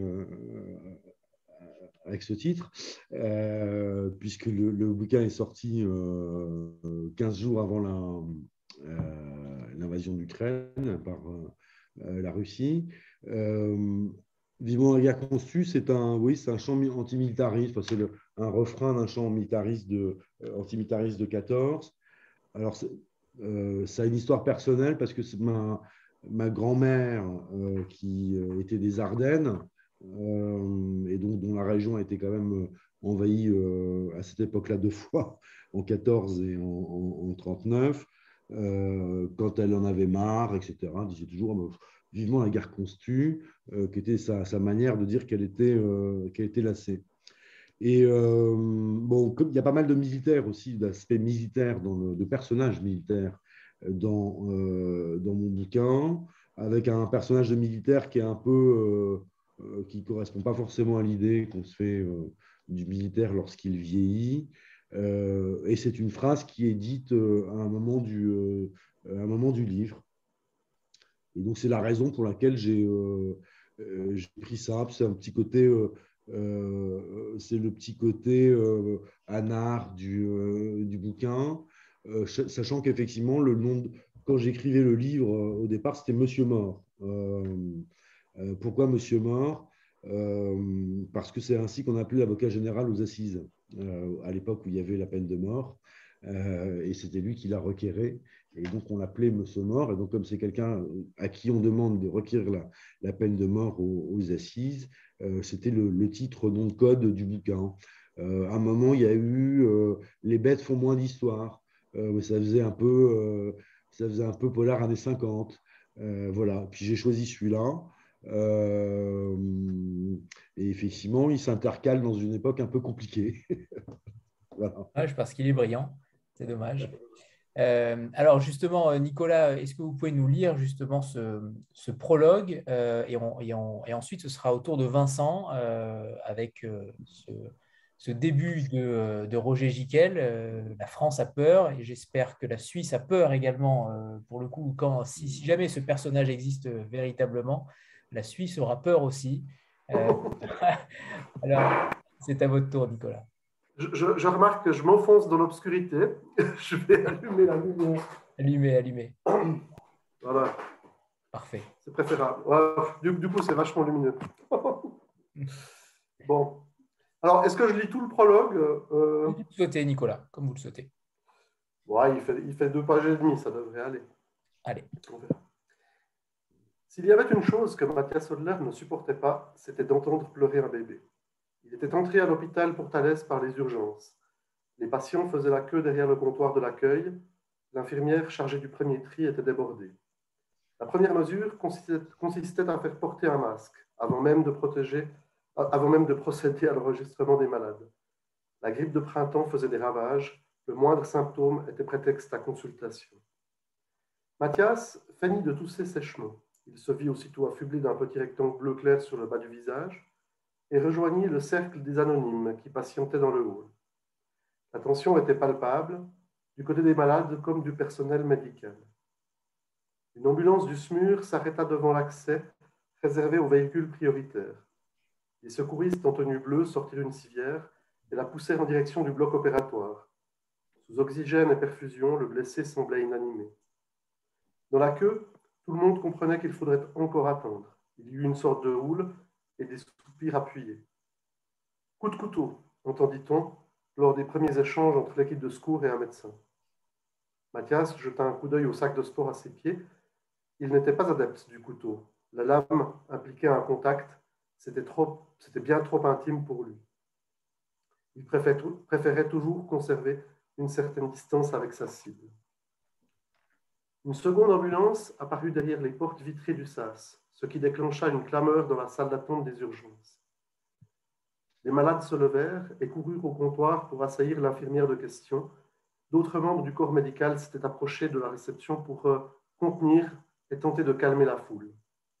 avec ce titre, puisque le bouquin est sorti 15 jours avant l'invasion d'Ukraine par la Russie. Vivement la guerre conçue, c'est un chant antimilitariste, enfin, c'est un refrain d'un chant antimilitariste de 14. Alors, ça a une histoire personnelle parce que c'est ma grand-mère qui était des Ardennes et donc dont la région a été quand même envahie à cette époque-là 2 fois, en 14 et en 39, quand elle en avait marre, etc. Elle disait toujours vivement la guerre conçue, qui était sa manière de dire qu'elle était lassée. Et bon, il y a pas mal de militaires aussi, d'aspects militaires, de personnages militaires dans mon bouquin, avec un personnage de militaire qui est un peu, qui ne correspond pas forcément à l'idée qu'on se fait du militaire lorsqu'il vieillit. Et c'est une phrase qui est dite à un moment du livre. Et donc, c'est la raison pour laquelle j'ai pris ça. C'est un petit côté, c'est le petit côté anard du bouquin, sachant qu'effectivement, quand j'écrivais le livre au départ, c'était Monsieur Mort. Pourquoi Monsieur Mort? Parce que c'est ainsi qu'on appelait l'avocat général aux assises, à l'époque où il y avait la peine de mort. Et c'était lui qui la requérait. Et donc, on l'appelait Monsieur Mort. Et donc, comme c'est quelqu'un à qui on demande de requérir la peine de mort aux assises, c'était le titre non code du bouquin. À un moment, il y a eu Les bêtes font moins d'histoire. Ça faisait un peu polar années 50. Voilà. Puis j'ai choisi celui-là. Et effectivement, il s'intercale dans une époque un peu compliquée. Voilà. Parce qu'il est brillant, c'est dommage. Alors justement, Nicolas, est-ce que vous pouvez nous lire justement ce prologue et ensuite ce sera au tour de Vincent avec ce début de Roger Giquel. La France a peur et j'espère que la Suisse a peur également pour le coup si jamais ce personnage existe véritablement, la Suisse aura peur aussi. Euh, alors c'est à votre tour, Nicolas. Je remarque que je m'enfonce dans l'obscurité. Je vais allumer la lumière. Allumez, allumez. Voilà, Parfait. c'est préférable. Ouais, du coup, c'est vachement lumineux. Bon. Alors, est-ce que je lis tout le prologue? Comme vous le souhaitez, Nicolas, comme vous le souhaitez. Ouais, il fait 2 pages et demie, ça devrait aller. Allez. On verra. S'il y avait une chose que Mathias Hodler ne supportait pas, c'était d'entendre pleurer un bébé. Il était entré à l'hôpital pour Thalès par les urgences. Les patients faisaient la queue derrière le comptoir de l'accueil. L'infirmière chargée du premier tri était débordée. La première mesure consistait à faire porter un masque avant même de procéder à l'enregistrement des malades. La grippe de printemps faisait des ravages. Le moindre symptôme était prétexte à consultation. Mathias feignit de tousser sèchement. Il se vit aussitôt affublé d'un petit rectangle bleu clair sur le bas du visage et rejoignit le cercle des anonymes qui patientaient dans le hall. La tension était palpable, du côté des malades comme du personnel médical. Une ambulance du SMUR s'arrêta devant l'accès réservé aux véhicules prioritaires. Les secouristes en tenue bleue sortirent une civière et la poussèrent en direction du bloc opératoire. Sous oxygène et perfusion, le blessé semblait inanimé. Dans la queue, tout le monde comprenait qu'il faudrait encore attendre. Il y eut une sorte de houle et des soupirs appuyés. Coup de couteau, entendit-on, lors des premiers échanges entre l'équipe de secours et un médecin. Mathias jeta un coup d'œil au sac de sport à ses pieds. Il n'était pas adepte du couteau. La lame impliquait un contact. C'était bien trop intime pour lui. Il préférait toujours conserver une certaine distance avec sa cible. Une seconde ambulance apparut derrière les portes vitrées du SAS, ce qui déclencha une clameur dans la salle d'attente des urgences. Les malades se levèrent et coururent au comptoir pour assaillir l'infirmière de question. D'autres membres du corps médical s'étaient approchés de la réception pour contenir et tenter de calmer la foule.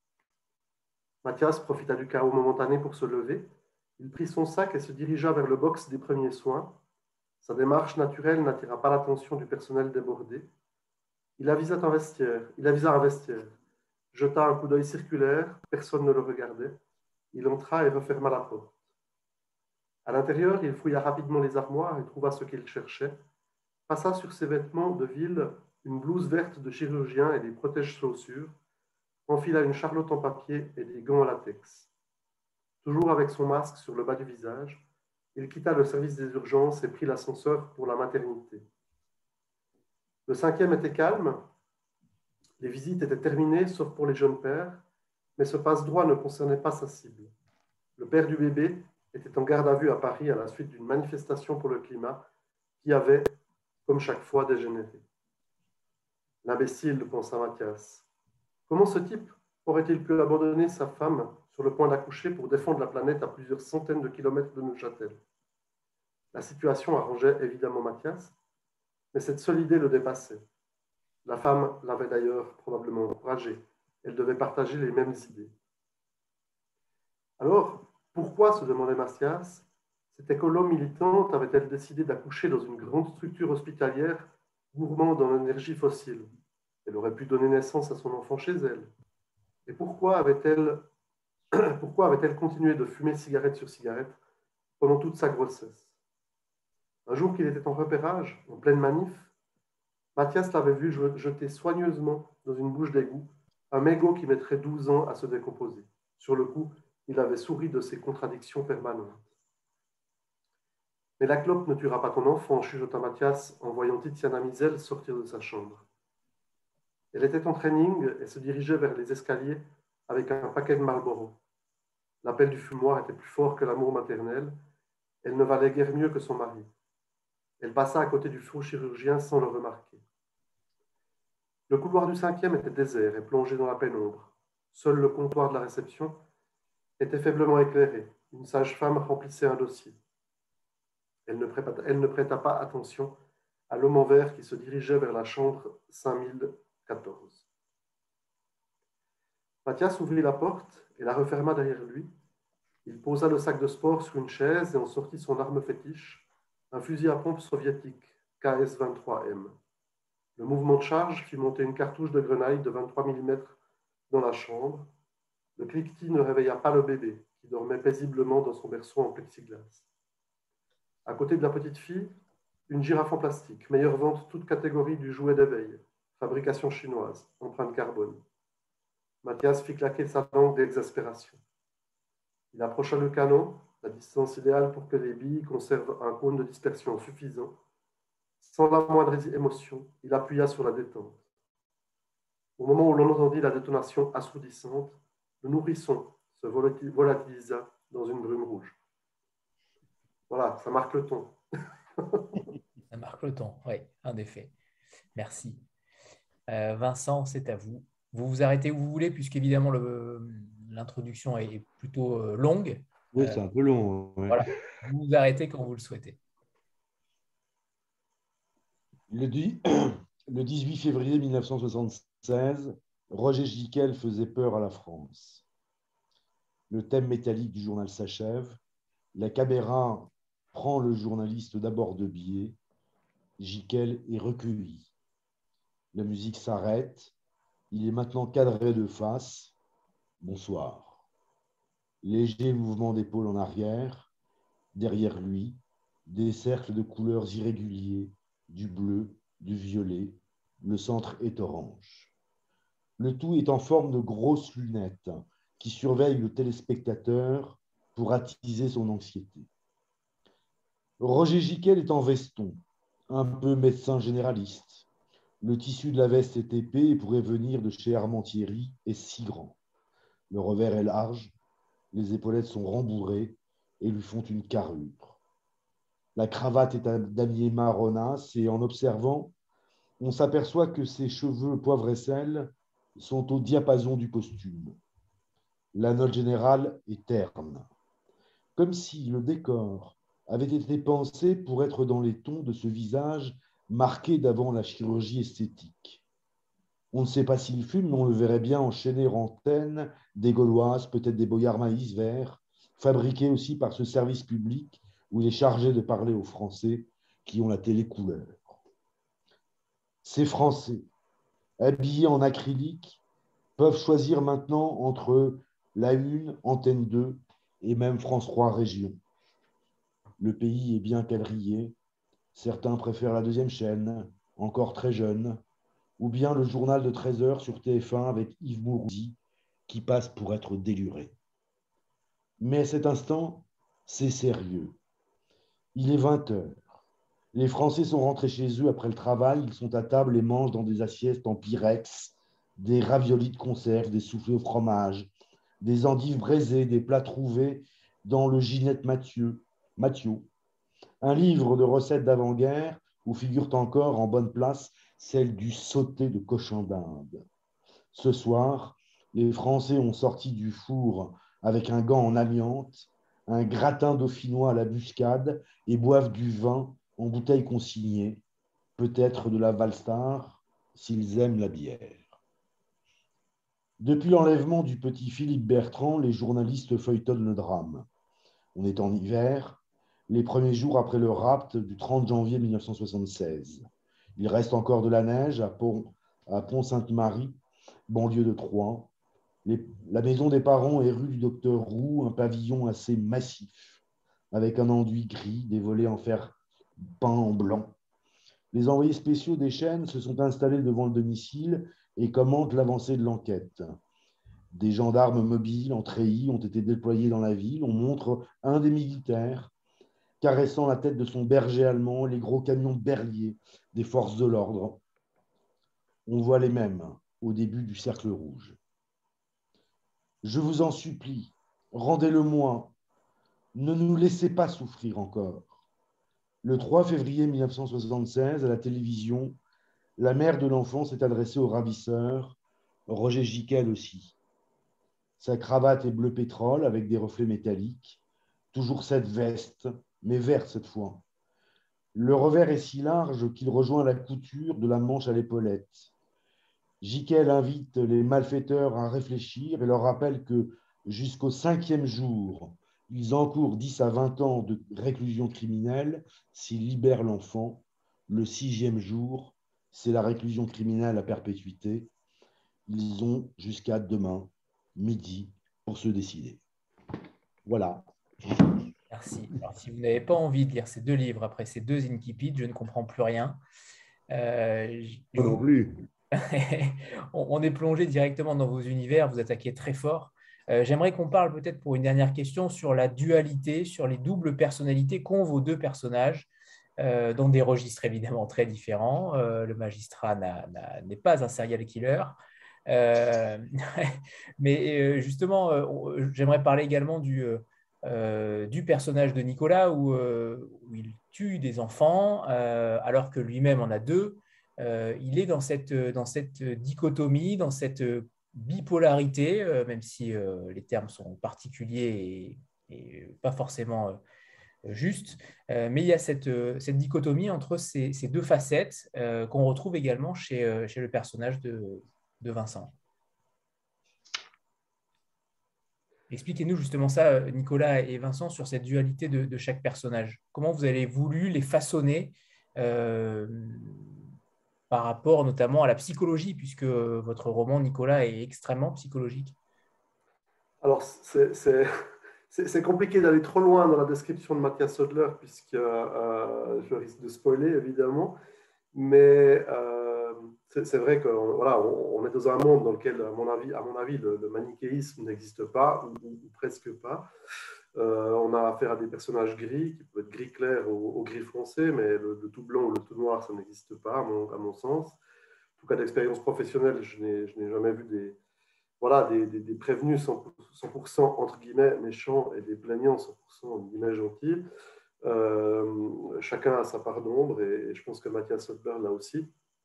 Mathias profita du chaos momentané pour se lever. Il prit son sac et se dirigea vers le box des premiers soins. Sa démarche naturelle n'attira pas l'attention du personnel débordé. Il avisa un vestiaire, jeta un coup d'œil circulaire, personne ne le regardait. Il entra et referma la porte. À l'intérieur, il fouilla rapidement les armoires et trouva ce qu'il cherchait. Passa sur ses vêtements de ville une blouse verte de chirurgien et des protège-chaussures, enfila une charlotte en papier et des gants en latex. Toujours avec son masque sur le bas du visage, il quitta le service des urgences et prit l'ascenseur pour la maternité. Le 5e était calme, les visites étaient terminées sauf pour les jeunes pères, mais ce passe-droit ne concernait pas sa cible. Le père du bébé était en garde à vue à Paris à la suite d'une manifestation pour le climat qui avait, comme chaque fois, dégénéré. L'imbécile, pensa Mathias. Comment ce type aurait-il pu abandonner sa femme sur le point d'accoucher pour défendre la planète à plusieurs centaines de kilomètres de Neuchâtel? La situation arrangeait évidemment Mathias, mais cette seule idée le dépassait. La femme l'avait d'ailleurs probablement encouragé. Elle devait partager les mêmes idées. Alors, pourquoi, se demandait Mathias, cette écolo militante avait-elle décidé d'accoucher dans une grande structure hospitalière gourmande en énergie fossile? Elle aurait pu donner naissance à son enfant chez elle. Et pourquoi avait-elle continué de fumer cigarette sur cigarette pendant toute sa grossesse? Un jour qu'il était en repérage, en pleine manif, Mathias l'avait vu jeter soigneusement dans une bouche d'égout un mégot qui mettrait 12 ans à se décomposer. Sur le coup, il avait souri de ses contradictions permanentes. Mais la clope ne tuera pas ton enfant, chuchota Mathias en voyant Tiziana Misel sortir de sa chambre. Elle était en training et se dirigeait vers les escaliers avec un paquet de Marlboro. L'appel du fumoir était plus fort que l'amour maternel. Elle ne valait guère mieux que son mari. Elle passa à côté du four chirurgien sans le remarquer. Le couloir du 5e était désert et plongé dans la pénombre. Seul le comptoir de la réception était faiblement éclairé. Une sage-femme remplissait un dossier. Elle ne prêta pas attention à l'homme en vert qui se dirigeait vers la chambre 5014. Mathias ouvrit la porte et la referma derrière lui. Il posa le sac de sport sur une chaise et en sortit son arme fétiche, un fusil à pompe soviétique KS-23M. Le mouvement de charge fit monter une cartouche de grenaille de 23 mm dans la chambre. Le cliquetis ne réveilla pas le bébé, qui dormait paisiblement dans son berceau en plexiglas. À côté de la petite fille, une girafe en plastique, meilleure vente toute catégorie du jouet d'éveil, fabrication chinoise, empreinte carbone. Mathias fit claquer sa langue d'exaspération. Il approcha le canon, la distance idéale pour que les billes conservent un cône de dispersion suffisant. Sans la moindre émotion, il appuya sur la détente. Au moment où l'on entendit la détonation assourdissante, le nourrisson se volatilisa dans une brume rouge. Voilà, ça marque le ton. Ça marque le ton, oui, en effet. Merci. Vincent, c'est à vous. Vous vous arrêtez où vous voulez, puisqu'évidemment, l'introduction est plutôt longue. Oui, c'est un peu long. Ouais. Voilà. Vous vous arrêtez quand vous le souhaitez. Le 18 février 1976, Roger Giquel faisait peur à la France. Le thème métallique du journal s'achève. La caméra prend le journaliste d'abord de biais. Giquel est recueilli. La musique s'arrête. Il est maintenant cadré de face. Bonsoir. Léger mouvement d'épaule en arrière. Derrière lui, des cercles de couleurs irréguliers, du bleu, du violet. Le centre est orange. Le tout est en forme de grosses lunettes qui surveillent le téléspectateur pour attiser son anxiété. Roger Giquel est en veston, un peu médecin généraliste. Le tissu de la veste est épais et pourrait venir de chez Armentieri et si grand. Le revers est large, les épaulettes sont rembourrées et lui font une carrure. La cravate est à damier marronasse et en observant, on s'aperçoit que ses cheveux poivre et sel sont au diapason du costume. La note générale est terne, comme si le décor avait été pensé pour être dans les tons de ce visage marqué d'avant la chirurgie esthétique. On ne sait pas s'il fume, mais on le verrait bien enchaîner en antenne des Gauloises, peut-être des boyards maïs verts, fabriqués aussi par ce service public où il est chargé de parler aux Français qui ont la télé couleur. Ces Français, habillés en acrylique, peuvent choisir maintenant entre la Une, Antenne 2 et même France 3 Région. Le pays est bien quadrillé. Certains préfèrent la deuxième chaîne, encore très jeune, ou bien le journal de 13h sur TF1 avec Yves Mourouzi, qui passe pour être déluré. Mais à cet instant, c'est sérieux. Il est 20h. Les Français sont rentrés chez eux après le travail, ils sont à table et mangent dans des assiettes en pyrex, des raviolis de conserve, des soufflés au fromage, des endives braisées, des plats trouvés dans le Ginette Mathieu, un livre de recettes d'avant-guerre où figurent encore en bonne place celle du sauté de cochon d'Inde. Ce soir, les Français ont sorti du four avec un gant en amiante, un gratin dauphinois à la muscade et boivent du vin en bouteille consignée, peut-être de la Valstar, s'ils aiment la bière. Depuis l'enlèvement du petit Philippe Bertrand, les journalistes feuilletonnent le drame. On est en hiver, les premiers jours après le rapt du 30 janvier 1976. Il reste encore de la neige à Pont-Sainte-Marie, banlieue de Troyes. La maison des parents est rue du Docteur Roux, un pavillon assez massif, avec un enduit gris, des volets en fer peint en blanc. Les envoyés spéciaux des chaînes se sont installés devant le domicile et commentent l'avancée de l'enquête. Des gendarmes mobiles en treillis ont été déployés dans la ville. On montre un des militaires caressant la tête de son berger allemand, les gros camions berliers des forces de l'ordre. On voit les mêmes au début du cercle rouge. Je vous en supplie, rendez-le-moi. Ne nous laissez pas souffrir encore. Le 3 février 1976, à la télévision, la mère de l'enfant s'est adressée au ravisseur, Roger Giquel aussi. Sa cravate est bleu pétrole avec des reflets métalliques, toujours cette veste, mais verte cette fois. Le revers est si large qu'il rejoint la couture de la manche à l'épaulette. Jiquel invite les malfaiteurs à réfléchir et leur rappelle que jusqu'au 5e jour, ils encourent 10 à 20 ans de réclusion criminelle s'ils libèrent l'enfant. Le 6e jour, c'est la réclusion criminelle à perpétuité. Ils ont jusqu'à demain, midi, pour se décider. Voilà. Merci. Alors, si vous n'avez pas envie de lire ces 2 livres après ces 2 incipits, je ne comprends plus rien. Moi non plus. On est plongé directement dans vos univers, vous attaquez très fort. J'aimerais qu'on parle peut-être pour une dernière question sur la dualité, sur les doubles personnalités qu'ont vos 2 personnages, dans des registres évidemment très différents. Le magistrat n'est pas un serial killer. Euh, mais justement, j'aimerais parler également du personnage de Nicolas où il tue des enfants alors que lui-même en a 2. Il est dans cette dichotomie, dans cette bipolarité, même si les termes sont particuliers et pas forcément justes. Mais il y a cette dichotomie entre ces 2 facettes qu'on retrouve également chez le personnage de Vincent. Expliquez-nous justement ça, Nicolas et Vincent, sur cette dualité de chaque personnage. Comment vous avez voulu les façonner euh, par rapport notamment à la psychologie, puisque votre roman, Nicolas, est extrêmement psychologique. Alors, c'est compliqué d'aller trop loin dans la description de Matthias Södler, puisque je risque de spoiler, évidemment. Mais c'est vrai qu'on voilà, on est dans un monde dans lequel, à mon avis le manichéisme n'existe pas, ou presque pas. On a affaire à des personnages gris, qui peuvent être gris clair ou gris foncé, mais le tout blanc ou le tout noir, ça n'existe pas, à mon sens. En tout cas, d'expérience professionnelle, je n'ai jamais vu des prévenus 100% entre guillemets méchants et des plaignants 100% entre guillemets gentils. Chacun a sa part d'ombre et je pense que Matthias Södler l'a aussi.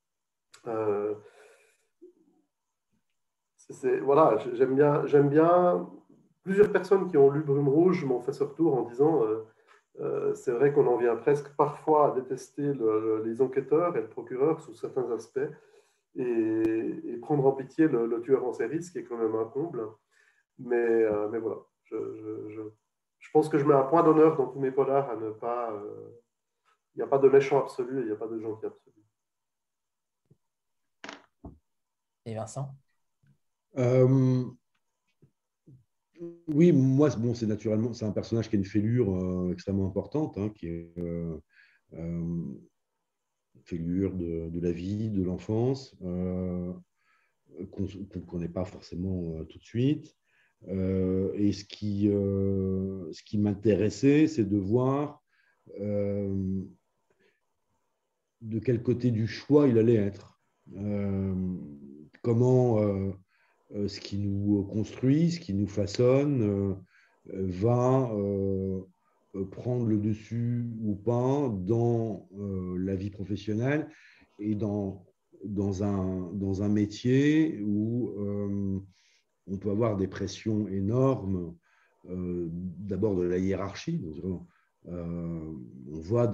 Voilà, j'aime bien. Plusieurs personnes qui ont lu Brume Rouge m'ont fait ce retour en disant c'est vrai qu'on en vient presque parfois à détester les enquêteurs et le procureur sous certains aspects et prendre en pitié le tueur en série, ce qui est quand même un comble. Mais voilà, je pense que je mets un point d'honneur dans tous mes polars à ne pas. Il n'y a pas de méchant absolu et il n'y a pas de gentil absolu. Et Vincent? Oui, moi, bon, c'est un personnage qui a une fêlure extrêmement importante, hein, qui est fêlure de la vie, de l'enfance, qu'on ne connaît pas forcément tout de suite. Et ce qui m'intéressait, c'est de voir de quel côté du choix il allait être. Comment ce qui nous construit, ce qui nous façonne, va prendre le dessus ou pas dans la vie professionnelle et dans un métier où on peut avoir des pressions énormes, d'abord de la hiérarchie. Donc, on voit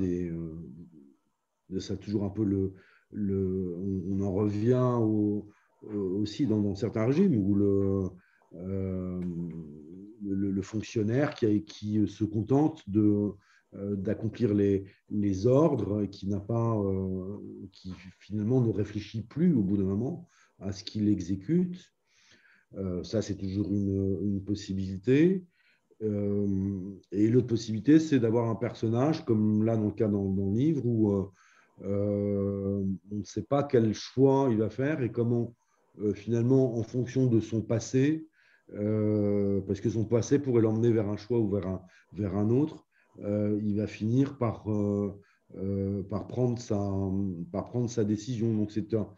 ça toujours un peu on en revient aussi dans certains régimes où le fonctionnaire qui se contente d'accomplir les ordres, qui finalement ne réfléchit plus au bout d'un moment à ce qu'il exécute. Ça, c'est toujours une possibilité. Et l'autre possibilité, c'est d'avoir un personnage, comme là dans le cas dans le livre, où on ne sait pas quel choix il va faire et comment, finalement, en fonction de son passé, parce que son passé pourrait l'emmener vers un choix ou vers un autre, il va finir par prendre sa décision. Donc,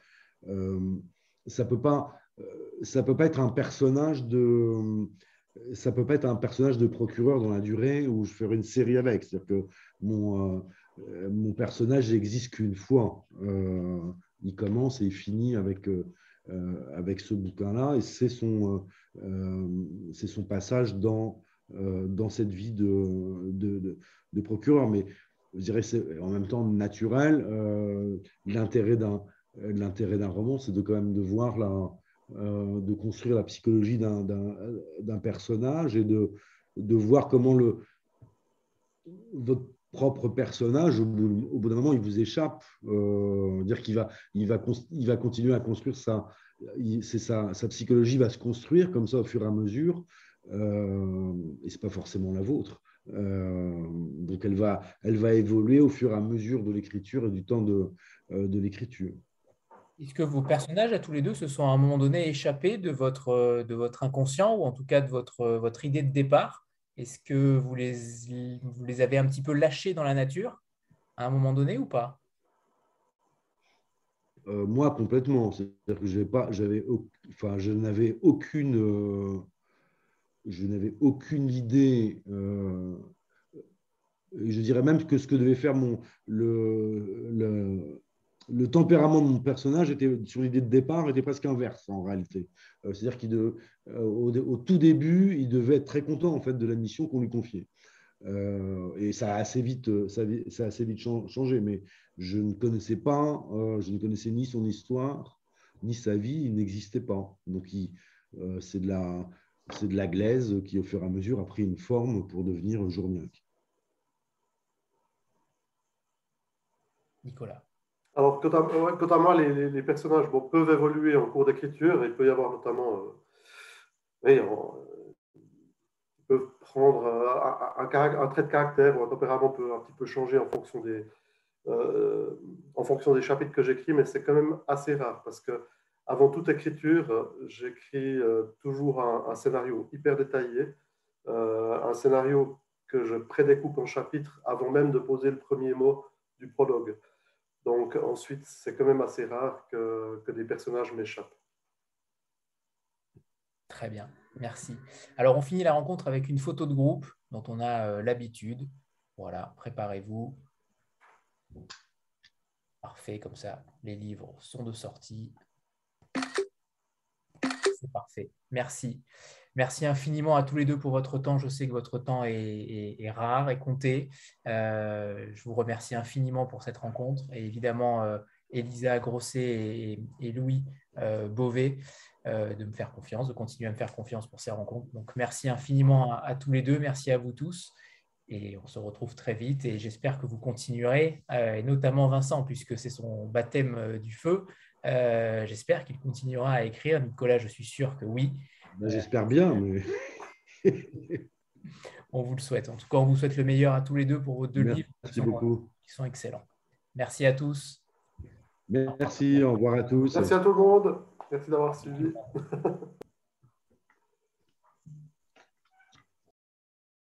ça peut pas être un personnage ça peut pas être un personnage de procureur dans la durée où je ferai une série avec. C'est-à-dire que mon personnage n'existe qu'une fois. Il commence et il finit avec ce bouquin-là, et c'est son passage dans cette vie de procureur. Mais je dirais, c'est en même temps naturel. L'intérêt d'un roman, c'est de quand même de voir de construire la psychologie d'un personnage et de voir comment votre propre personnage, au bout d'un moment, il vous échappe. Dire qu'il va continuer à construire sa psychologie va se construire comme ça au fur et à mesure, et c'est pas forcément la vôtre. Donc elle va évoluer au fur et à mesure de l'écriture et du temps de l'écriture. Est-ce que vos personnages, à tous les deux, se sont à un moment donné échappés de votre inconscient ou en tout cas de votre idée de départ? Est-ce que vous les avez un petit peu lâchés dans la nature à un moment donné ou pas? Moi, complètement. C'est-à-dire que enfin, je n'avais aucune idée. Je dirais même que ce que devait faire le tempérament de mon personnage était, sur l'idée de départ, était presque inverse en réalité. C'est-à-dire au tout début, il devait être très content en fait de la mission qu'on lui confiait. Et ça a assez vite, ça a assez vite changé, mais je ne connaissais pas, je ne connaissais ni son histoire, ni sa vie, il n'existait pas. Donc c'est de la glaise qui, au fur et à mesure, a pris une forme pour devenir Journiac. Nicolas. Alors, quant à moi, les personnages peuvent évoluer en cours d'écriture. Il peut y avoir notamment, oui, ils peuvent prendre un trait de caractère ou un tempérament peut un petit peu changer en fonction des chapitres que j'écris, mais c'est quand même assez rare parce que avant toute écriture, j'écris toujours un scénario hyper détaillé, un scénario que je prédécoupe en chapitres avant même de poser le premier mot du prologue. Donc ensuite, c'est quand même assez rare que des personnages m'échappent. Très bien, merci. Alors, on finit la rencontre avec une photo de groupe dont on a l'habitude. Voilà, préparez-vous. Parfait, comme ça, les livres sont de sortie. C'est parfait. Merci. Merci infiniment à tous les deux pour votre temps. Je sais que votre temps est rare et compté. Je vous remercie infiniment pour cette rencontre. Et évidemment, Elisa Grosset et Louis Beauvais, de me faire confiance, de continuer à me faire confiance pour ces rencontres. Donc, merci infiniment à tous les deux. Merci à vous tous. Et on se retrouve très vite. Et j'espère que vous continuerez, et notamment Vincent, puisque c'est son baptême du feu. J'espère qu'il continuera à écrire. Nicolas, je suis sûr que oui. Ben, j'espère bien, mais On vous le souhaite. En tout cas, on vous souhaite le meilleur à tous les deux pour vos deux livres merci beaucoup. qui sont excellents. Merci à tous. Merci, au revoir à tous. Merci à tout le monde. Merci d'avoir suivi.